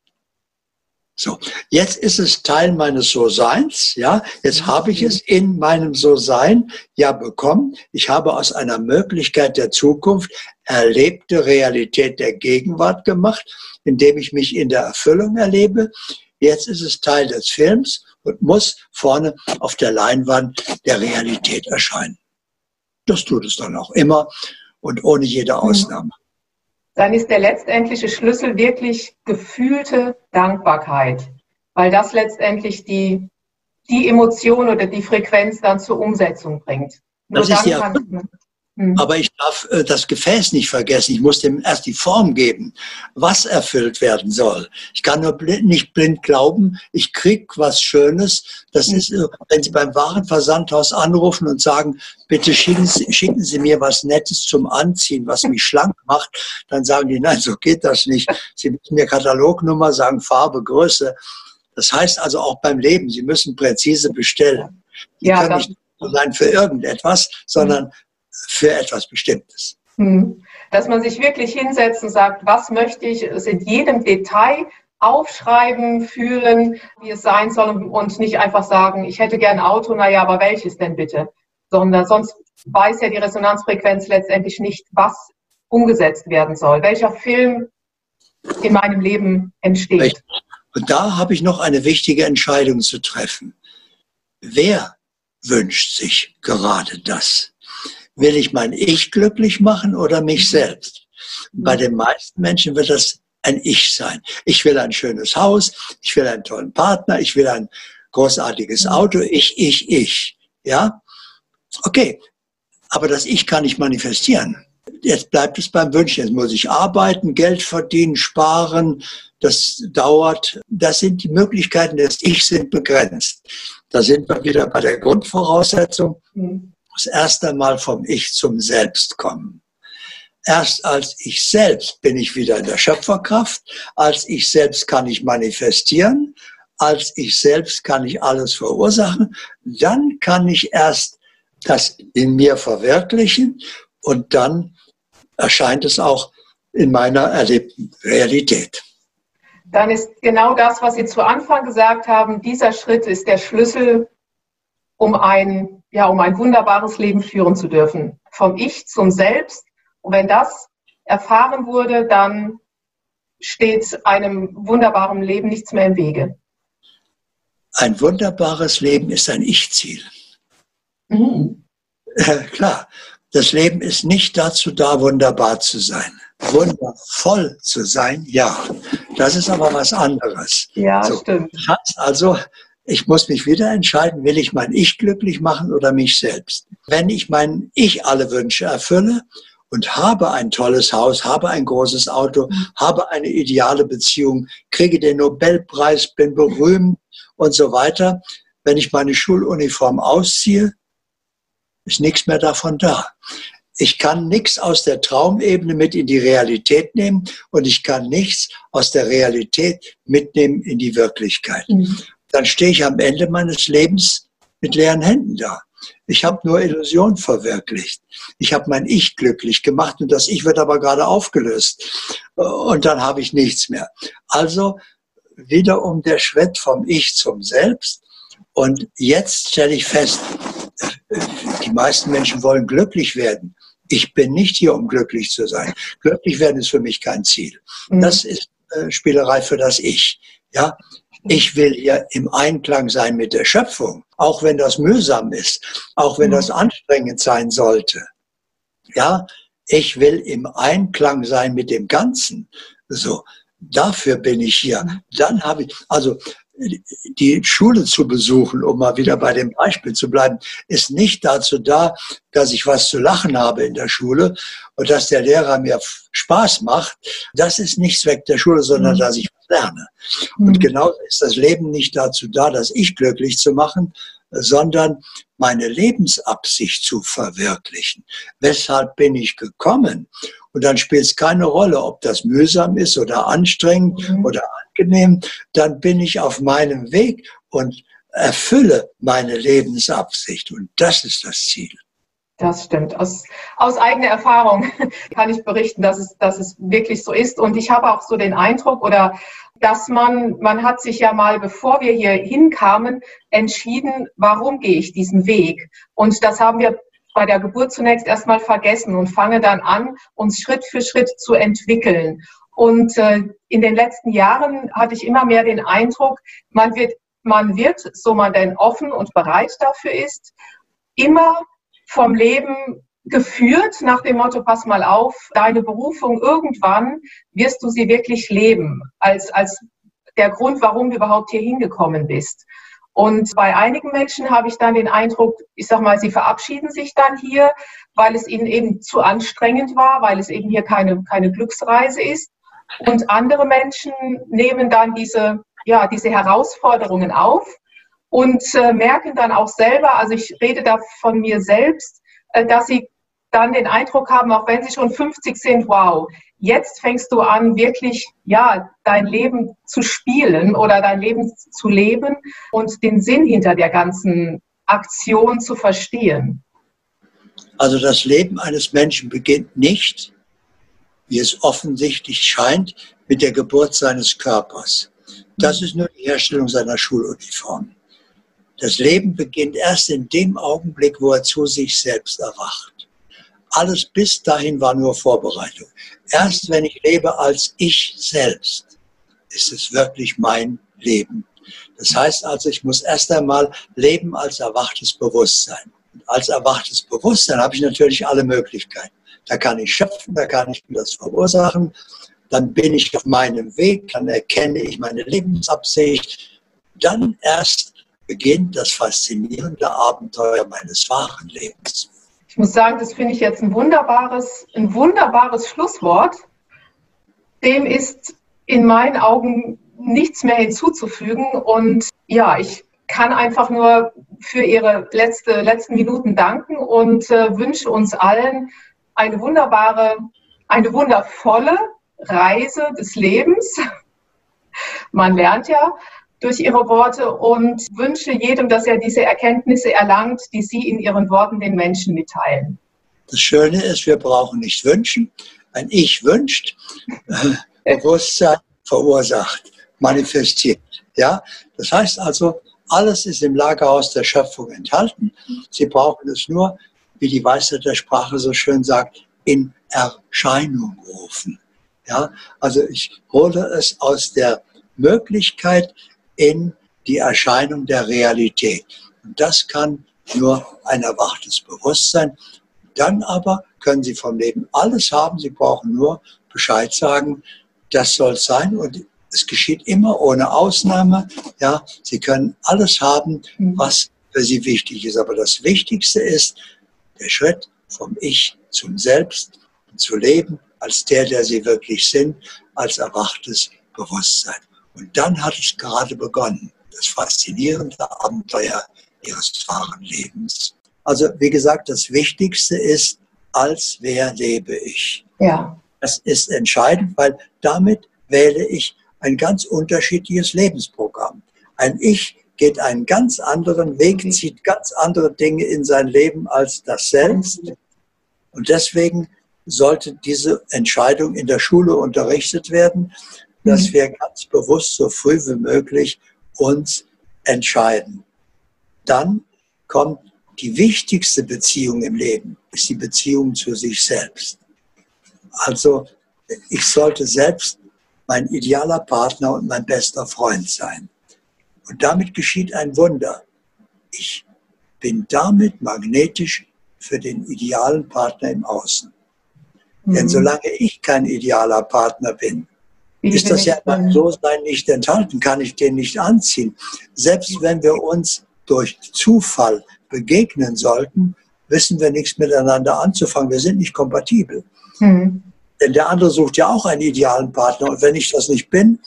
So, jetzt ist es Teil meines So-Seins, ja, jetzt habe ich es in meinem So-Sein ja bekommen. Ich habe aus einer Möglichkeit der Zukunft erlebte Realität der Gegenwart gemacht, indem ich mich in der Erfüllung erlebe. Jetzt ist es Teil des Films und muss vorne auf der Leinwand der Realität erscheinen. Das tut es dann auch immer und ohne jede Ausnahme. Dann ist der letztendliche Schlüssel wirklich gefühlte Dankbarkeit, weil das letztendlich die, die Emotion oder die Frequenz dann zur Umsetzung bringt. Nur das ist dann ja, kann, hm. Aber ich darf äh, das Gefäß nicht vergessen. Ich muss dem erst die Form geben, was erfüllt werden soll. Ich kann nur blind, nicht blind glauben, ich krieg was Schönes. Das hm. ist, äh, wenn Sie beim Warenversandhaus anrufen und sagen, bitte schicken Sie, schicken Sie mir was Nettes zum Anziehen, was mich schlank macht, dann sagen die, nein, so geht das nicht. Sie müssen mir Katalognummer sagen, Farbe, Größe. Das heißt also auch beim Leben, Sie müssen präzise bestellen. Sie ja, können nicht so sein für irgendetwas, sondern hm. für etwas Bestimmtes. Dass man sich wirklich hinsetzt und sagt, was möchte ich es in jedem Detail aufschreiben, fühlen, wie es sein soll und nicht einfach sagen, ich hätte gern ein Auto, naja, aber welches denn bitte? Sondern sonst weiß ja die Resonanzfrequenz letztendlich nicht, was umgesetzt werden soll, welcher Film in meinem Leben entsteht. Richtig. Und da habe ich noch eine wichtige Entscheidung zu treffen. Wer wünscht sich gerade das? Will ich mein Ich glücklich machen oder mich selbst? Bei den meisten Menschen wird das ein Ich sein. Ich will ein schönes Haus, ich will einen tollen Partner, ich will ein großartiges Auto, ich, ich, ich. Ja? Okay, aber das Ich kann ich manifestieren. Jetzt bleibt es beim Wünschen. Jetzt muss ich arbeiten, Geld verdienen, sparen. Das dauert. Das sind die Möglichkeiten des Ich sind begrenzt. Da sind wir wieder bei der Grundvoraussetzung. Das erste Mal vom Ich zum Selbst kommen. Erst als ich selbst bin ich wieder in der Schöpferkraft. Als ich selbst kann ich manifestieren. Als ich selbst kann ich alles verursachen. Dann kann ich erst das in mir verwirklichen und dann erscheint es auch in meiner erlebten Realität. Dann ist genau das, was Sie zu Anfang gesagt haben, dieser Schritt ist der Schlüssel, um ein, ja, um ein wunderbares Leben führen zu dürfen. Vom Ich zum Selbst. Und wenn das erfahren wurde, dann steht einem wunderbaren Leben nichts mehr im Wege. Ein wunderbares Leben ist ein Ich-Ziel. Mhm. Äh, klar, das Leben ist nicht dazu da, wunderbar zu sein. Wundervoll zu sein, ja. Das ist aber was anderes. Ja, so, stimmt. Das heißt also, ich muss mich wieder entscheiden, will ich mein Ich glücklich machen oder mich selbst? Wenn ich mein Ich alle Wünsche erfülle und habe ein tolles Haus, habe ein großes Auto, habe eine ideale Beziehung, kriege den Nobelpreis, bin berühmt und so weiter. Wenn ich meine Schuluniform ausziehe, ist nichts mehr davon da. Ich kann nichts aus der Traumebene mit in die Realität nehmen und ich kann nichts aus der Realität mitnehmen in die Wirklichkeit. Mhm. Dann stehe ich am Ende meines Lebens mit leeren Händen da. Ich habe nur Illusion verwirklicht. Ich habe mein Ich glücklich gemacht und das Ich wird aber gerade aufgelöst. Und dann habe ich nichts mehr. Also wiederum der Schritt vom Ich zum Selbst. Und jetzt stelle ich fest, Die meisten Menschen wollen glücklich werden. Ich bin nicht hier, um glücklich zu sein. Glücklich werden ist für mich kein Ziel. Das ist äh, Spielerei für das Ich. Ja? Ich will hier im Einklang sein mit der Schöpfung, auch wenn das mühsam ist, auch wenn das anstrengend sein sollte. Ja, ich will im Einklang sein mit dem Ganzen. So, dafür bin ich hier. Dann habe ich, also die Schule zu besuchen, um mal wieder bei dem Beispiel zu bleiben, ist nicht dazu da, dass ich was zu lachen habe in der Schule und dass der Lehrer mir Spaß macht. Das ist nicht Zweck der Schule, sondern mhm. dass ich was lerne. Mhm. Und genau ist das Leben nicht dazu da, dass ich glücklich zu machen, sondern meine Lebensabsicht zu verwirklichen. Weshalb bin ich gekommen? Und dann spielt es keine Rolle, ob das mühsam ist oder anstrengend mhm. oder angenehm. Dann bin ich auf meinem Weg und erfülle meine Lebensabsicht. Und das ist das Ziel. Das stimmt. Aus, aus eigener Erfahrung kann ich berichten, dass es, dass es wirklich so ist. Und ich habe auch so den Eindruck, oder dass man, man hat sich ja mal, bevor wir hier hinkamen, entschieden, warum gehe ich diesen Weg? Und das haben wir bei der Geburt zunächst erstmal vergessen und fangen dann an, uns Schritt für Schritt zu entwickeln. Und äh, in den letzten Jahren hatte ich immer mehr den Eindruck, man wird, man wird, so man denn offen und bereit dafür ist, immer vom Leben geführt nach dem Motto, pass mal auf, deine Berufung, irgendwann wirst du sie wirklich leben, als, als der Grund, warum du überhaupt hier hingekommen bist. Und bei einigen Menschen habe ich dann den Eindruck, ich sag mal, sie verabschieden sich dann hier, weil es ihnen eben zu anstrengend war, weil es eben hier keine, keine Glücksreise ist. Und andere Menschen nehmen dann diese, ja, diese Herausforderungen auf und äh, merken dann auch selber, also ich rede da von mir selbst, äh, dass sie dann den Eindruck haben, auch wenn sie schon fünfzig sind, wow, jetzt fängst du an, wirklich ja, dein Leben zu spielen oder dein Leben zu leben und den Sinn hinter der ganzen Aktion zu verstehen. Also das Leben eines Menschen beginnt nicht, wie es offensichtlich scheint, mit der Geburt seines Körpers. Das ist nur die Herstellung seiner Schuluniform. Das Leben beginnt erst in dem Augenblick, wo er zu sich selbst erwacht. Alles bis dahin war nur Vorbereitung. Erst wenn ich lebe als ich selbst, ist es wirklich mein Leben. Das heißt also, ich muss erst einmal leben als erwachtes Bewusstsein. Und als erwachtes Bewusstsein habe ich natürlich alle Möglichkeiten. Da kann ich schöpfen, da kann ich mir das verursachen. Dann bin ich auf meinem Weg, dann erkenne ich meine Lebensabsicht. Dann erst beginnt das faszinierende Abenteuer meines wahren Lebens. Ich muss sagen, das finde ich jetzt ein wunderbares, ein wunderbares Schlusswort. Dem ist in meinen Augen nichts mehr hinzuzufügen. Und ja, ich kann einfach nur für Ihre letzte, letzten Minuten danken und äh, wünsche uns allen eine wunderbare, eine wundervolle Reise des Lebens. Man lernt ja durch Ihre Worte und wünsche jedem, dass er diese Erkenntnisse erlangt, die Sie in Ihren Worten den Menschen mitteilen. Das Schöne ist, wir brauchen nicht wünschen. Ein Ich wünscht, äh, Bewusstsein verursacht, manifestiert. Ja? Das heißt also, alles ist im Lagerhaus der Schöpfung enthalten. Sie brauchen es nur, wie die Weisheit der Sprache so schön sagt, in Erscheinung rufen. Ja? Also ich hole es aus der Möglichkeit in die Erscheinung der Realität. Und das kann nur ein erwachtes Bewusstsein. Dann aber können Sie vom Leben alles haben. Sie brauchen nur Bescheid sagen, das soll sein. Und es geschieht immer ohne Ausnahme. Ja, Sie können alles haben, was für Sie wichtig ist. Aber das Wichtigste ist der Schritt vom Ich zum Selbst und zu leben als der, der Sie wirklich sind, als erwachtes Bewusstsein. Und dann hat es gerade begonnen, das faszinierende Abenteuer Ihres wahren Lebens. Also wie gesagt, das Wichtigste ist, als wer lebe ich. Ja. Das ist entscheidend, weil damit wähle ich ein ganz unterschiedliches Lebensprogramm. Ein Ich geht einen ganz anderen Weg, zieht ganz andere Dinge in sein Leben als das Selbst. Und deswegen sollte diese Entscheidung in der Schule unterrichtet werden, dass wir ganz bewusst so früh wie möglich uns entscheiden. Dann kommt die wichtigste Beziehung im Leben ist die Beziehung zu sich selbst. Also ich sollte selbst mein idealer Partner und mein bester Freund sein. Und damit geschieht ein Wunder. Ich bin damit magnetisch für den idealen Partner im Außen. Mhm. Denn solange ich kein idealer Partner bin, Wie ist das ja beim So-Sein nicht enthalten, kann ich den nicht anziehen. Selbst wenn wir uns durch Zufall begegnen sollten, wissen wir nichts miteinander anzufangen. Wir sind nicht kompatibel. Mhm. Denn der andere sucht ja auch einen idealen Partner. Und wenn ich das nicht bin,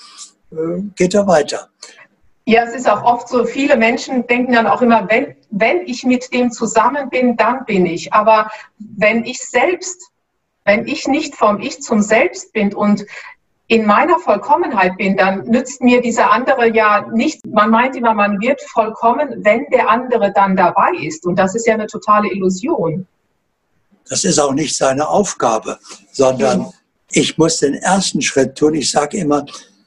geht er weiter. Ja, es ist auch oft so, viele Menschen denken dann auch immer, wenn, wenn ich mit dem zusammen bin, dann bin ich. Aber wenn ich selbst, wenn ich nicht vom Ich zum Selbst bin und in meiner Vollkommenheit bin, dann nützt mir dieser andere ja nicht. Man meint immer, man wird vollkommen, wenn der andere dann dabei ist. Und das ist ja eine totale Illusion. Das ist auch nicht seine Aufgabe, sondern ja. ich muss den ersten Schritt tun. Ich sage immer,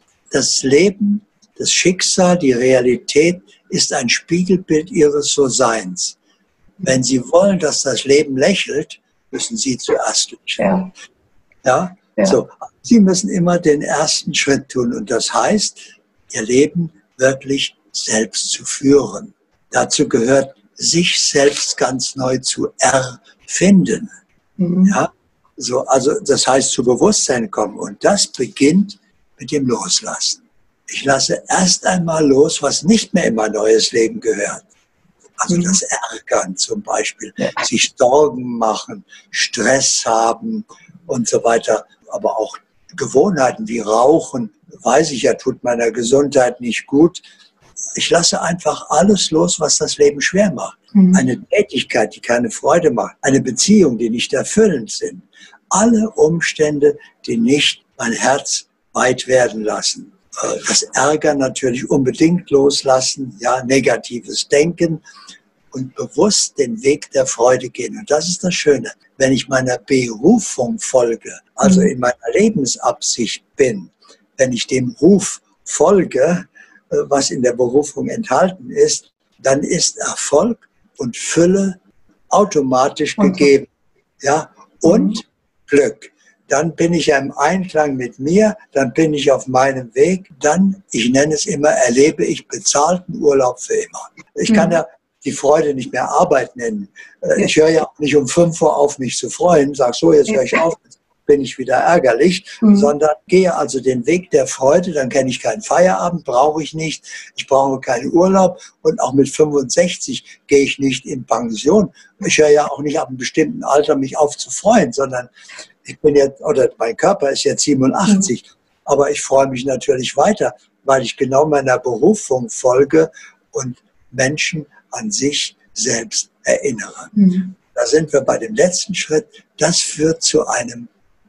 das Leben, das Schicksal, die Realität ist ein Spiegelbild ihres So-Seins. Wenn Sie wollen, dass das Leben lächelt, müssen Sie zuerst lächeln. Ja. Ja? Ja. So. Sie müssen immer den ersten Schritt tun und das heißt, Ihr Leben wirklich selbst zu führen. Dazu gehört, sich selbst ganz neu zu erfinden. Mhm. Ja? So, also das heißt, zu Bewusstsein kommen und das beginnt mit dem Loslassen. Ich lasse erst einmal los, was nicht mehr in mein neues Leben gehört. Also mhm. das Ärgern zum Beispiel, ja. sich Sorgen machen, Stress haben und so weiter, aber auch Gewohnheiten wie Rauchen, weiß ich ja, tut meiner Gesundheit nicht gut. Ich lasse einfach alles los, was das Leben schwer macht. Mhm. Eine Tätigkeit, die keine Freude macht, eine Beziehung, die nicht erfüllend sind. Alle Umstände, die nicht mein Herz weit werden lassen. Das Ärgern natürlich unbedingt loslassen, ja, negatives Denken und bewusst den Weg der Freude gehen. Und das ist das Schöne. Wenn ich meiner Berufung folge, also in meiner Lebensabsicht bin, wenn ich dem Ruf folge, was in der Berufung enthalten ist, dann ist Erfolg und Fülle automatisch okay. gegeben. Ja, und mhm. Glück. Dann bin ich ja im Einklang mit mir, dann bin ich auf meinem Weg, dann, ich nenne es immer, erlebe ich bezahlten Urlaub für immer. Ich mhm. kann ja die Freude nicht mehr Arbeit nennen. Ich höre ja auch nicht um fünf Uhr auf, mich zu freuen, sage so, jetzt höre ich auf, bin ich wieder ärgerlich, mhm. sondern gehe also den Weg der Freude, dann kenne ich keinen Feierabend, brauche ich nicht, ich brauche keinen Urlaub und auch mit fünfundsechzig gehe ich nicht in Pension. Ich höre ja auch nicht ab einem bestimmten Alter mich auf zu freuen, sondern ich bin jetzt, oder mein Körper ist jetzt siebenundachtzig, mhm. aber ich freue mich natürlich weiter, weil ich genau meiner Berufung folge und Menschen an sich selbst erinnere. Mhm. Da sind wir bei dem letzten Schritt. Das führt zu einem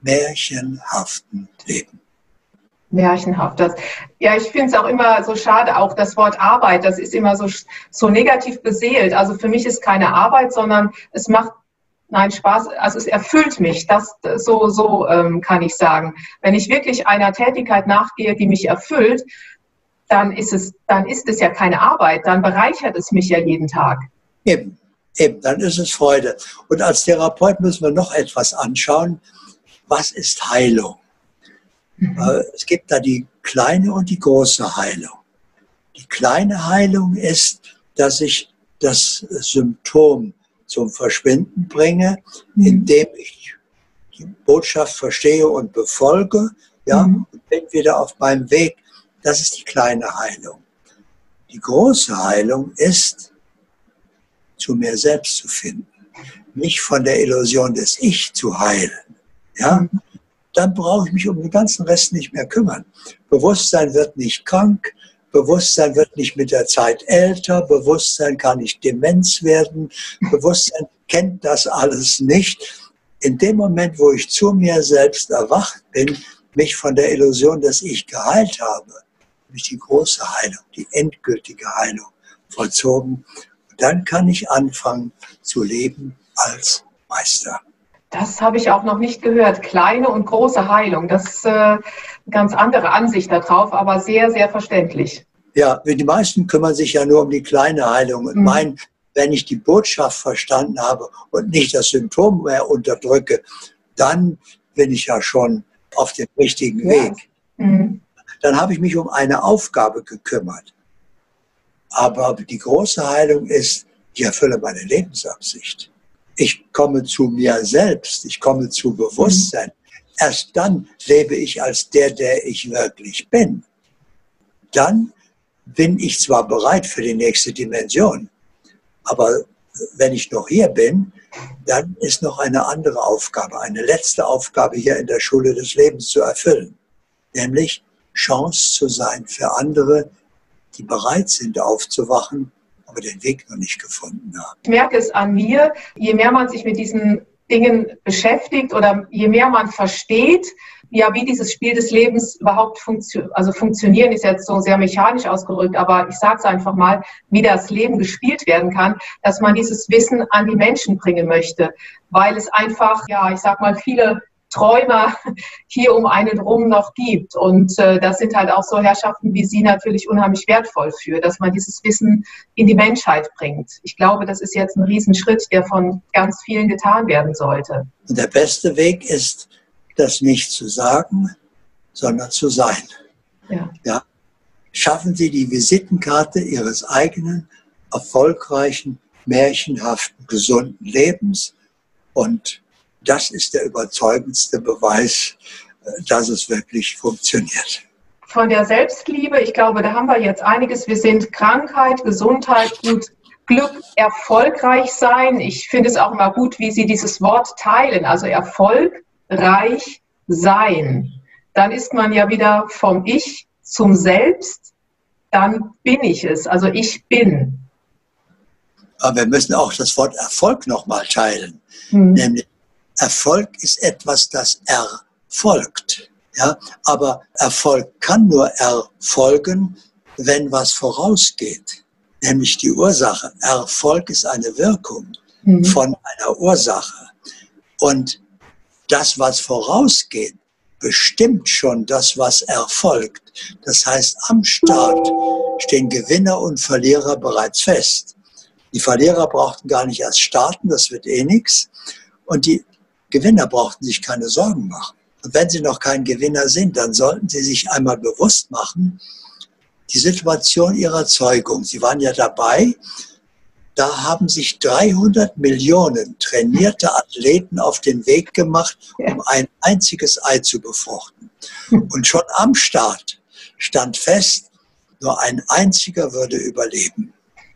märchenhaften Leben. Märchenhaft. Das, ja, ich finde es auch immer so schade, auch das Wort Arbeit, das ist immer so, so negativ beseelt. Also für mich ist keine Arbeit, sondern es macht Nein, Spaß, also es erfüllt mich, das so, so ähm, kann ich sagen. Wenn ich wirklich einer Tätigkeit nachgehe, die mich erfüllt, dann ist es, dann ist es ja keine Arbeit, dann bereichert es mich ja jeden Tag. Eben, eben, dann ist es Freude. Und als Therapeut müssen wir noch etwas anschauen. Was ist Heilung? Mhm. Es gibt da die kleine und die große Heilung. Die kleine Heilung ist, dass ich das Symptom zum Verschwinden bringe, mhm. indem ich die Botschaft verstehe und befolge, ja, mhm. und bin wieder auf meinem Weg. Das ist die kleine Heilung. Die große Heilung ist, zu mir selbst zu finden, mich von der Illusion des Ich zu heilen. Ja? Mhm. Dann brauche ich mich um den ganzen Rest nicht mehr kümmern. Bewusstsein wird nicht krank, Bewusstsein wird nicht mit der Zeit älter, Bewusstsein kann nicht Demenz werden, Bewusstsein kennt das alles nicht. In dem Moment, wo ich zu mir selbst erwacht bin, mich von der Illusion des Ich geheilt habe, habe ich die große Heilung, die endgültige Heilung vollzogen. Und dann kann ich anfangen zu leben als Meister. Das habe ich auch noch nicht gehört. Kleine und große Heilung. Das ist äh, eine ganz andere Ansicht darauf, aber sehr, sehr verständlich. Ja, die meisten kümmern sich ja nur um die kleine Heilung und mhm. meinen, wenn ich die Botschaft verstanden habe und nicht das Symptom mehr unterdrücke, dann bin ich ja schon auf dem richtigen ja. Weg. Mhm. Dann habe ich mich um eine Aufgabe gekümmert. Aber die große Heilung ist, ich erfülle meine Lebensabsicht. Ich komme zu mir selbst, ich komme zu Bewusstsein. Mhm. Erst dann lebe ich als der, der ich wirklich bin. Dann bin ich zwar bereit für die nächste Dimension, aber wenn ich noch hier bin, dann ist noch eine andere Aufgabe, eine letzte Aufgabe hier in der Schule des Lebens zu erfüllen. Nämlich Chance zu sein für andere, die bereit sind aufzuwachen, aber den Weg noch nicht gefunden haben. Ich merke es an mir, je mehr man sich mit diesen Dingen beschäftigt oder je mehr man versteht, ja, wie dieses Spiel des Lebens überhaupt funktioniert, also funktionieren ist jetzt so sehr mechanisch ausgedrückt, aber ich sage es einfach mal, wie das Leben gespielt werden kann, dass man dieses Wissen an die Menschen bringen möchte, weil es einfach, ja, ich sag mal, viele Träumer hier um einen rum noch gibt. Und äh, das sind halt auch so Herrschaften wie Sie natürlich unheimlich wertvoll für, dass man dieses Wissen in die Menschheit bringt. Ich glaube, das ist jetzt ein Riesenschritt, der von ganz vielen getan werden sollte. Und der beste Weg ist, das nicht zu sagen, sondern zu sein. Ja. Ja? Schaffen Sie die Visitenkarte Ihres eigenen, erfolgreichen, märchenhaften, gesunden Lebens und das ist der überzeugendste Beweis, dass es wirklich funktioniert. Von der Selbstliebe, ich glaube, da haben wir jetzt einiges. Wir sind Krankheit, Gesundheit, gut, Glück, erfolgreich sein. Ich finde es auch immer gut, wie Sie dieses Wort teilen. Also erfolgreich sein. Dann ist man ja wieder vom Ich zum Selbst. Dann bin ich es. Also ich bin. Aber wir müssen auch das Wort Erfolg nochmal teilen. Hm. Nämlich Erfolg ist etwas, das erfolgt. Ja? Aber Erfolg kann nur erfolgen, wenn was vorausgeht. Nämlich die Ursache. Erfolg ist eine Wirkung mhm. von einer Ursache. Und das, was vorausgeht, bestimmt schon das, was erfolgt. Das heißt, am Start stehen Gewinner und Verlierer bereits fest. Die Verlierer brauchten gar nicht erst starten, das wird eh nichts. Und die Gewinner brauchten sich keine Sorgen machen. Und wenn sie noch kein Gewinner sind, dann sollten sie sich einmal bewusst machen, die Situation ihrer Zeugung. Sie waren ja dabei, da haben sich dreihundert Millionen trainierte Athleten auf den Weg gemacht, um ein einziges Ei zu befruchten. Und schon am Start stand fest, nur ein einziger würde überleben.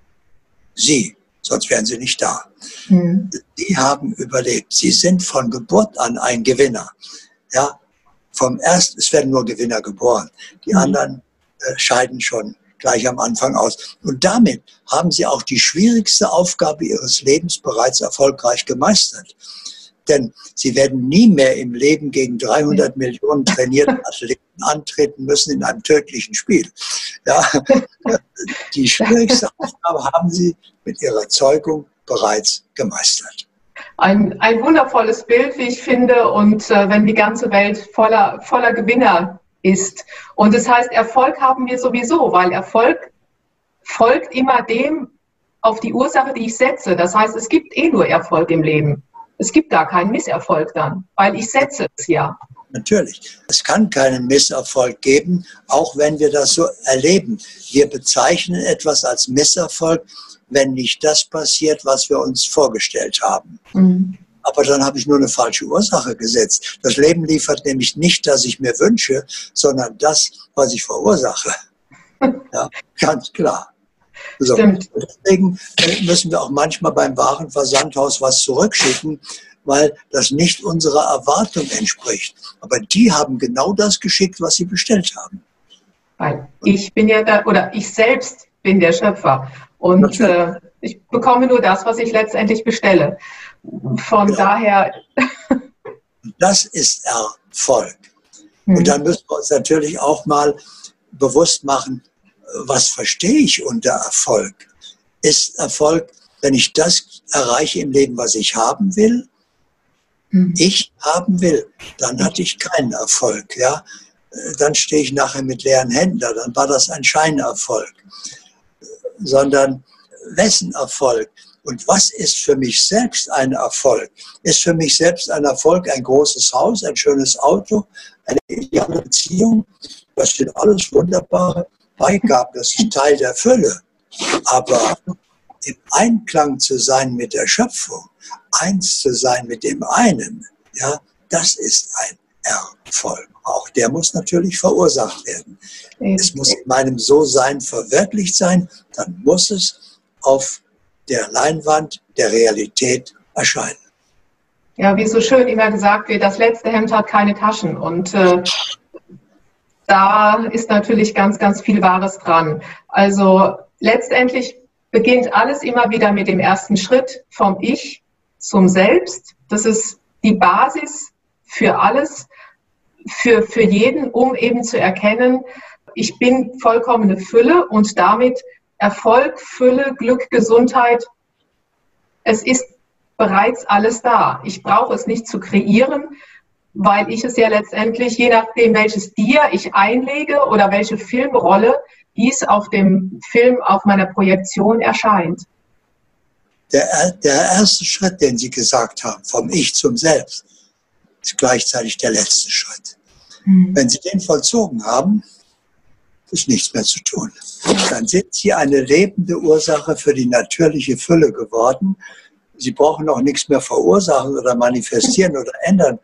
Sie. Sonst wären sie nicht da. Mhm. Die haben überlebt. Sie sind von Geburt an ein Gewinner. Ja, vom ersten, es werden nur Gewinner geboren. Die mhm. anderen äh, scheiden schon gleich am Anfang aus. Und damit haben sie auch die schwierigste Aufgabe ihres Lebens bereits erfolgreich gemeistert. Denn sie werden nie mehr im Leben gegen dreihundert Millionen trainierten Athleten antreten müssen in einem tödlichen Spiel. Ja, die schwierigste Aufgabe haben sie mit ihrer Zeugung bereits gemeistert. Ein, ein wundervolles Bild, wie ich finde, und äh, wenn die ganze Welt voller, voller Gewinner ist. Und das heißt, Erfolg haben wir sowieso, weil Erfolg folgt immer dem auf die Ursache, die ich setze. Das heißt, es gibt eh nur Erfolg im Leben. Es gibt da keinen Misserfolg dann, weil ich setze es ja. Natürlich. Es kann keinen Misserfolg geben, auch wenn wir das so erleben. Wir bezeichnen etwas als Misserfolg, wenn nicht das passiert, was wir uns vorgestellt haben. Mhm. Aber dann habe ich nur eine falsche Ursache gesetzt. Das Leben liefert nämlich nicht, das ich mir wünsche, sondern das, was ich verursache. Ja, ganz klar. So. Stimmt. Deswegen müssen wir auch manchmal beim Warenversandhaus was zurückschicken, weil das nicht unserer Erwartung entspricht. Aber die haben genau das geschickt, was sie bestellt haben. Weil ich bin ja da, oder ich selbst bin der Schöpfer. Und äh, ich bekomme nur das, was ich letztendlich bestelle. Von ja. daher. Das ist Erfolg. Hm. Und dann müssen wir uns natürlich auch mal bewusst machen, was verstehe ich unter Erfolg? Ist Erfolg, wenn ich das erreiche im Leben, was ich haben will, hm. ich haben will, dann hatte ich keinen Erfolg. Ja? Dann stehe ich nachher mit leeren Händen da, dann war das ein Scheinerfolg. Sondern wessen Erfolg? Und was ist für mich selbst ein Erfolg? Ist für mich selbst ein Erfolg ein großes Haus, ein schönes Auto, eine ideale Beziehung? Das sind alles wunderbare Beigaben, das ist Teil der Fülle. Aber im Einklang zu sein mit der Schöpfung, eins zu sein mit dem einen, ja, das ist ein Erfolg. Auch der muss natürlich verursacht werden. Es muss in meinem So-Sein verwirklicht sein, dann muss es auf der Leinwand der Realität erscheinen. Ja, wie so schön immer gesagt wird, das letzte Hemd hat keine Taschen. Und äh, da ist natürlich ganz, ganz viel Wahres dran. Also letztendlich beginnt alles immer wieder mit dem ersten Schritt vom Ich zum Selbst. Das ist die Basis für alles, für, für jeden, um eben zu erkennen, ich bin vollkommene Fülle und damit Erfolg, Fülle, Glück, Gesundheit. Es ist bereits alles da. Ich brauche es nicht zu kreieren, weil ich es ja letztendlich, je nachdem, welches Dir ich einlege oder welche Filmrolle dies auf dem Film, auf meiner Projektion erscheint. Der, der erste Schritt, den Sie gesagt haben, vom Ich zum Selbst, ist gleichzeitig der letzte Schritt. Hm. Wenn Sie den vollzogen haben, ist nichts mehr zu tun. Dann sind Sie eine lebende Ursache für die natürliche Fülle geworden. Sie brauchen auch nichts mehr verursachen oder manifestieren oder ändern.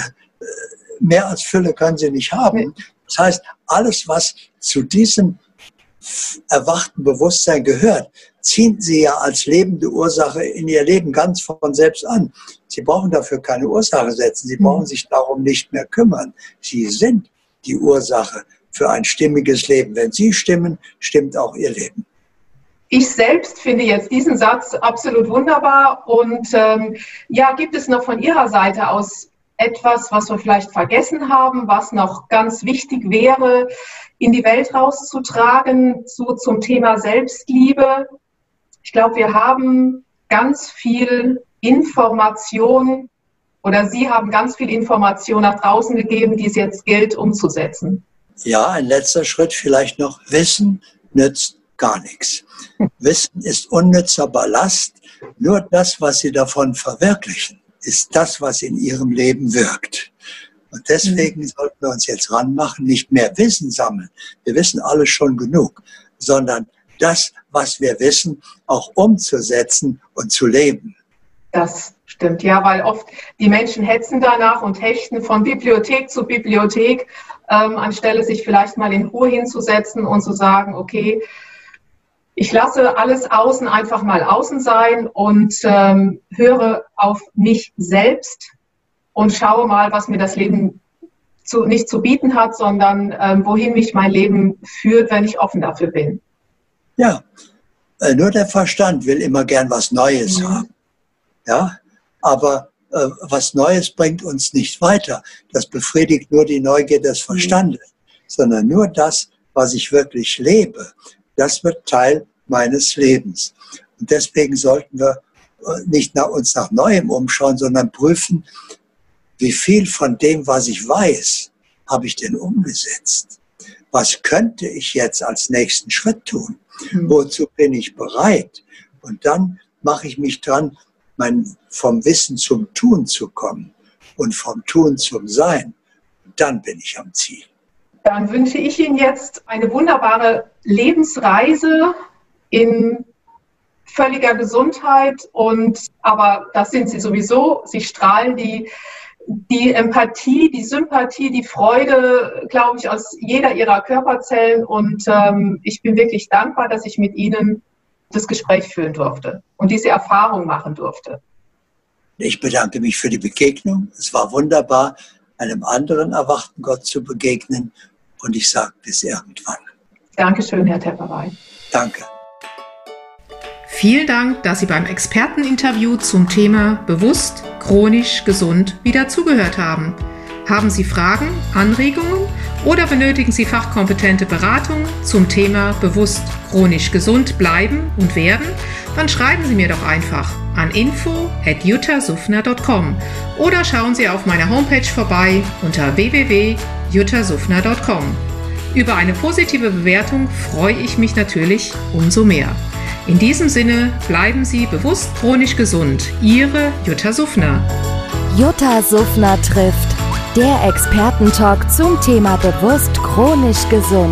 Mehr als Fülle können Sie nicht haben. Das heißt, alles, was zu diesem erwachten Bewusstsein gehört, ziehen Sie ja als lebende Ursache in Ihr Leben ganz von selbst an. Sie brauchen dafür keine Ursache setzen. Sie brauchen sich darum nicht mehr kümmern. Sie sind die Ursache für ein stimmiges Leben. Wenn Sie stimmen, stimmt auch Ihr Leben. Ich selbst finde jetzt diesen Satz absolut wunderbar. Und ähm, ja, gibt es noch von Ihrer Seite aus etwas, was wir vielleicht vergessen haben, was noch ganz wichtig wäre, in die Welt rauszutragen, zu, zum Thema Selbstliebe? Ich glaube, wir haben ganz viel Information oder Sie haben ganz viel Information nach draußen gegeben, die es jetzt gilt umzusetzen. Ja, ein letzter Schritt vielleicht noch. Wissen nützt gar nichts. Wissen ist unnützer Ballast. Nur das, was Sie davon verwirklichen, ist das, was in Ihrem Leben wirkt. Und deswegen sollten wir uns jetzt ranmachen, nicht mehr Wissen sammeln. Wir wissen alles schon genug, sondern das, was wir wissen, auch umzusetzen und zu leben. Das stimmt, ja, weil oft die Menschen hetzen danach und hechten von Bibliothek zu Bibliothek, ähm, anstelle sich vielleicht mal in Ruhe hinzusetzen und zu sagen, okay, ich lasse alles außen einfach mal außen sein und ähm, höre auf mich selbst und schaue mal, was mir das Leben zu, nicht zu bieten hat, sondern ähm, wohin mich mein Leben führt, wenn ich offen dafür bin. Ja, äh, nur der Verstand will immer gern was Neues mhm. haben. Ja, aber äh, was Neues bringt uns nicht weiter. Das befriedigt nur die Neugier des Verstandes, mhm. sondern nur das, was ich wirklich lebe, das wird Teil meines Lebens. Und deswegen sollten wir nicht nach uns nach Neuem umschauen, sondern prüfen, wie viel von dem, was ich weiß, habe ich denn umgesetzt? Was könnte ich jetzt als nächsten Schritt tun? Mhm. Wozu bin ich bereit? Und dann mache ich mich dran, mein, vom Wissen zum Tun zu kommen und vom Tun zum Sein. Und dann bin ich am Ziel. Dann wünsche ich Ihnen jetzt eine wunderbare Lebensreise in völliger Gesundheit. Und aber das sind Sie sowieso. Sie strahlen die, die Empathie, die Sympathie, die Freude, glaube ich, aus jeder Ihrer Körperzellen. Und ähm, ich bin wirklich dankbar, dass ich mit Ihnen das Gespräch führen durfte und diese Erfahrung machen durfte. Ich bedanke mich für die Begegnung. Es war wunderbar, einem anderen erwachten Gott zu begegnen. Und ich sage bis irgendwann. Dankeschön, Herr Tepperwein. Danke. Vielen Dank, dass Sie beim Experteninterview zum Thema Bewusst, chronisch, gesund wieder zugehört haben. Haben Sie Fragen, Anregungen oder benötigen Sie fachkompetente Beratung zum Thema Bewusst, chronisch, gesund bleiben und werden? Dann schreiben Sie mir doch einfach an info at jutta suffner punkt com oder schauen Sie auf meiner Homepage vorbei unter w w w punkt jutta suffner punkt com. Über eine positive Bewertung freue ich mich natürlich umso mehr. In diesem Sinne bleiben Sie bewusst chronisch gesund. Ihre Jutta Suffner. Jutta Suffner trifft. Der Expertentalk zum Thema bewusst chronisch gesund.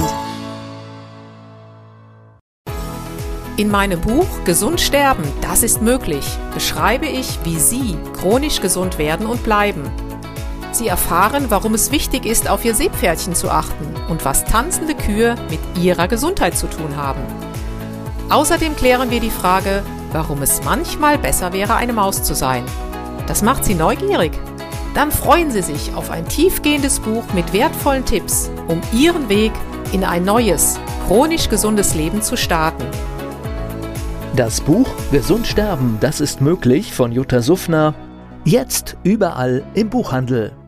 In meinem Buch Gesund sterben, das ist möglich, beschreibe ich, wie Sie chronisch gesund werden und bleiben. Sie erfahren, warum es wichtig ist, auf Ihr Seepferdchen zu achten und was tanzende Kühe mit Ihrer Gesundheit zu tun haben. Außerdem klären wir die Frage, warum es manchmal besser wäre, eine Maus zu sein. Das macht Sie neugierig? Dann freuen Sie sich auf ein tiefgehendes Buch mit wertvollen Tipps, um Ihren Weg in ein neues, chronisch gesundes Leben zu starten. Das Buch Gesund sterben, das ist möglich von Jutta Suffner. Jetzt überall im Buchhandel.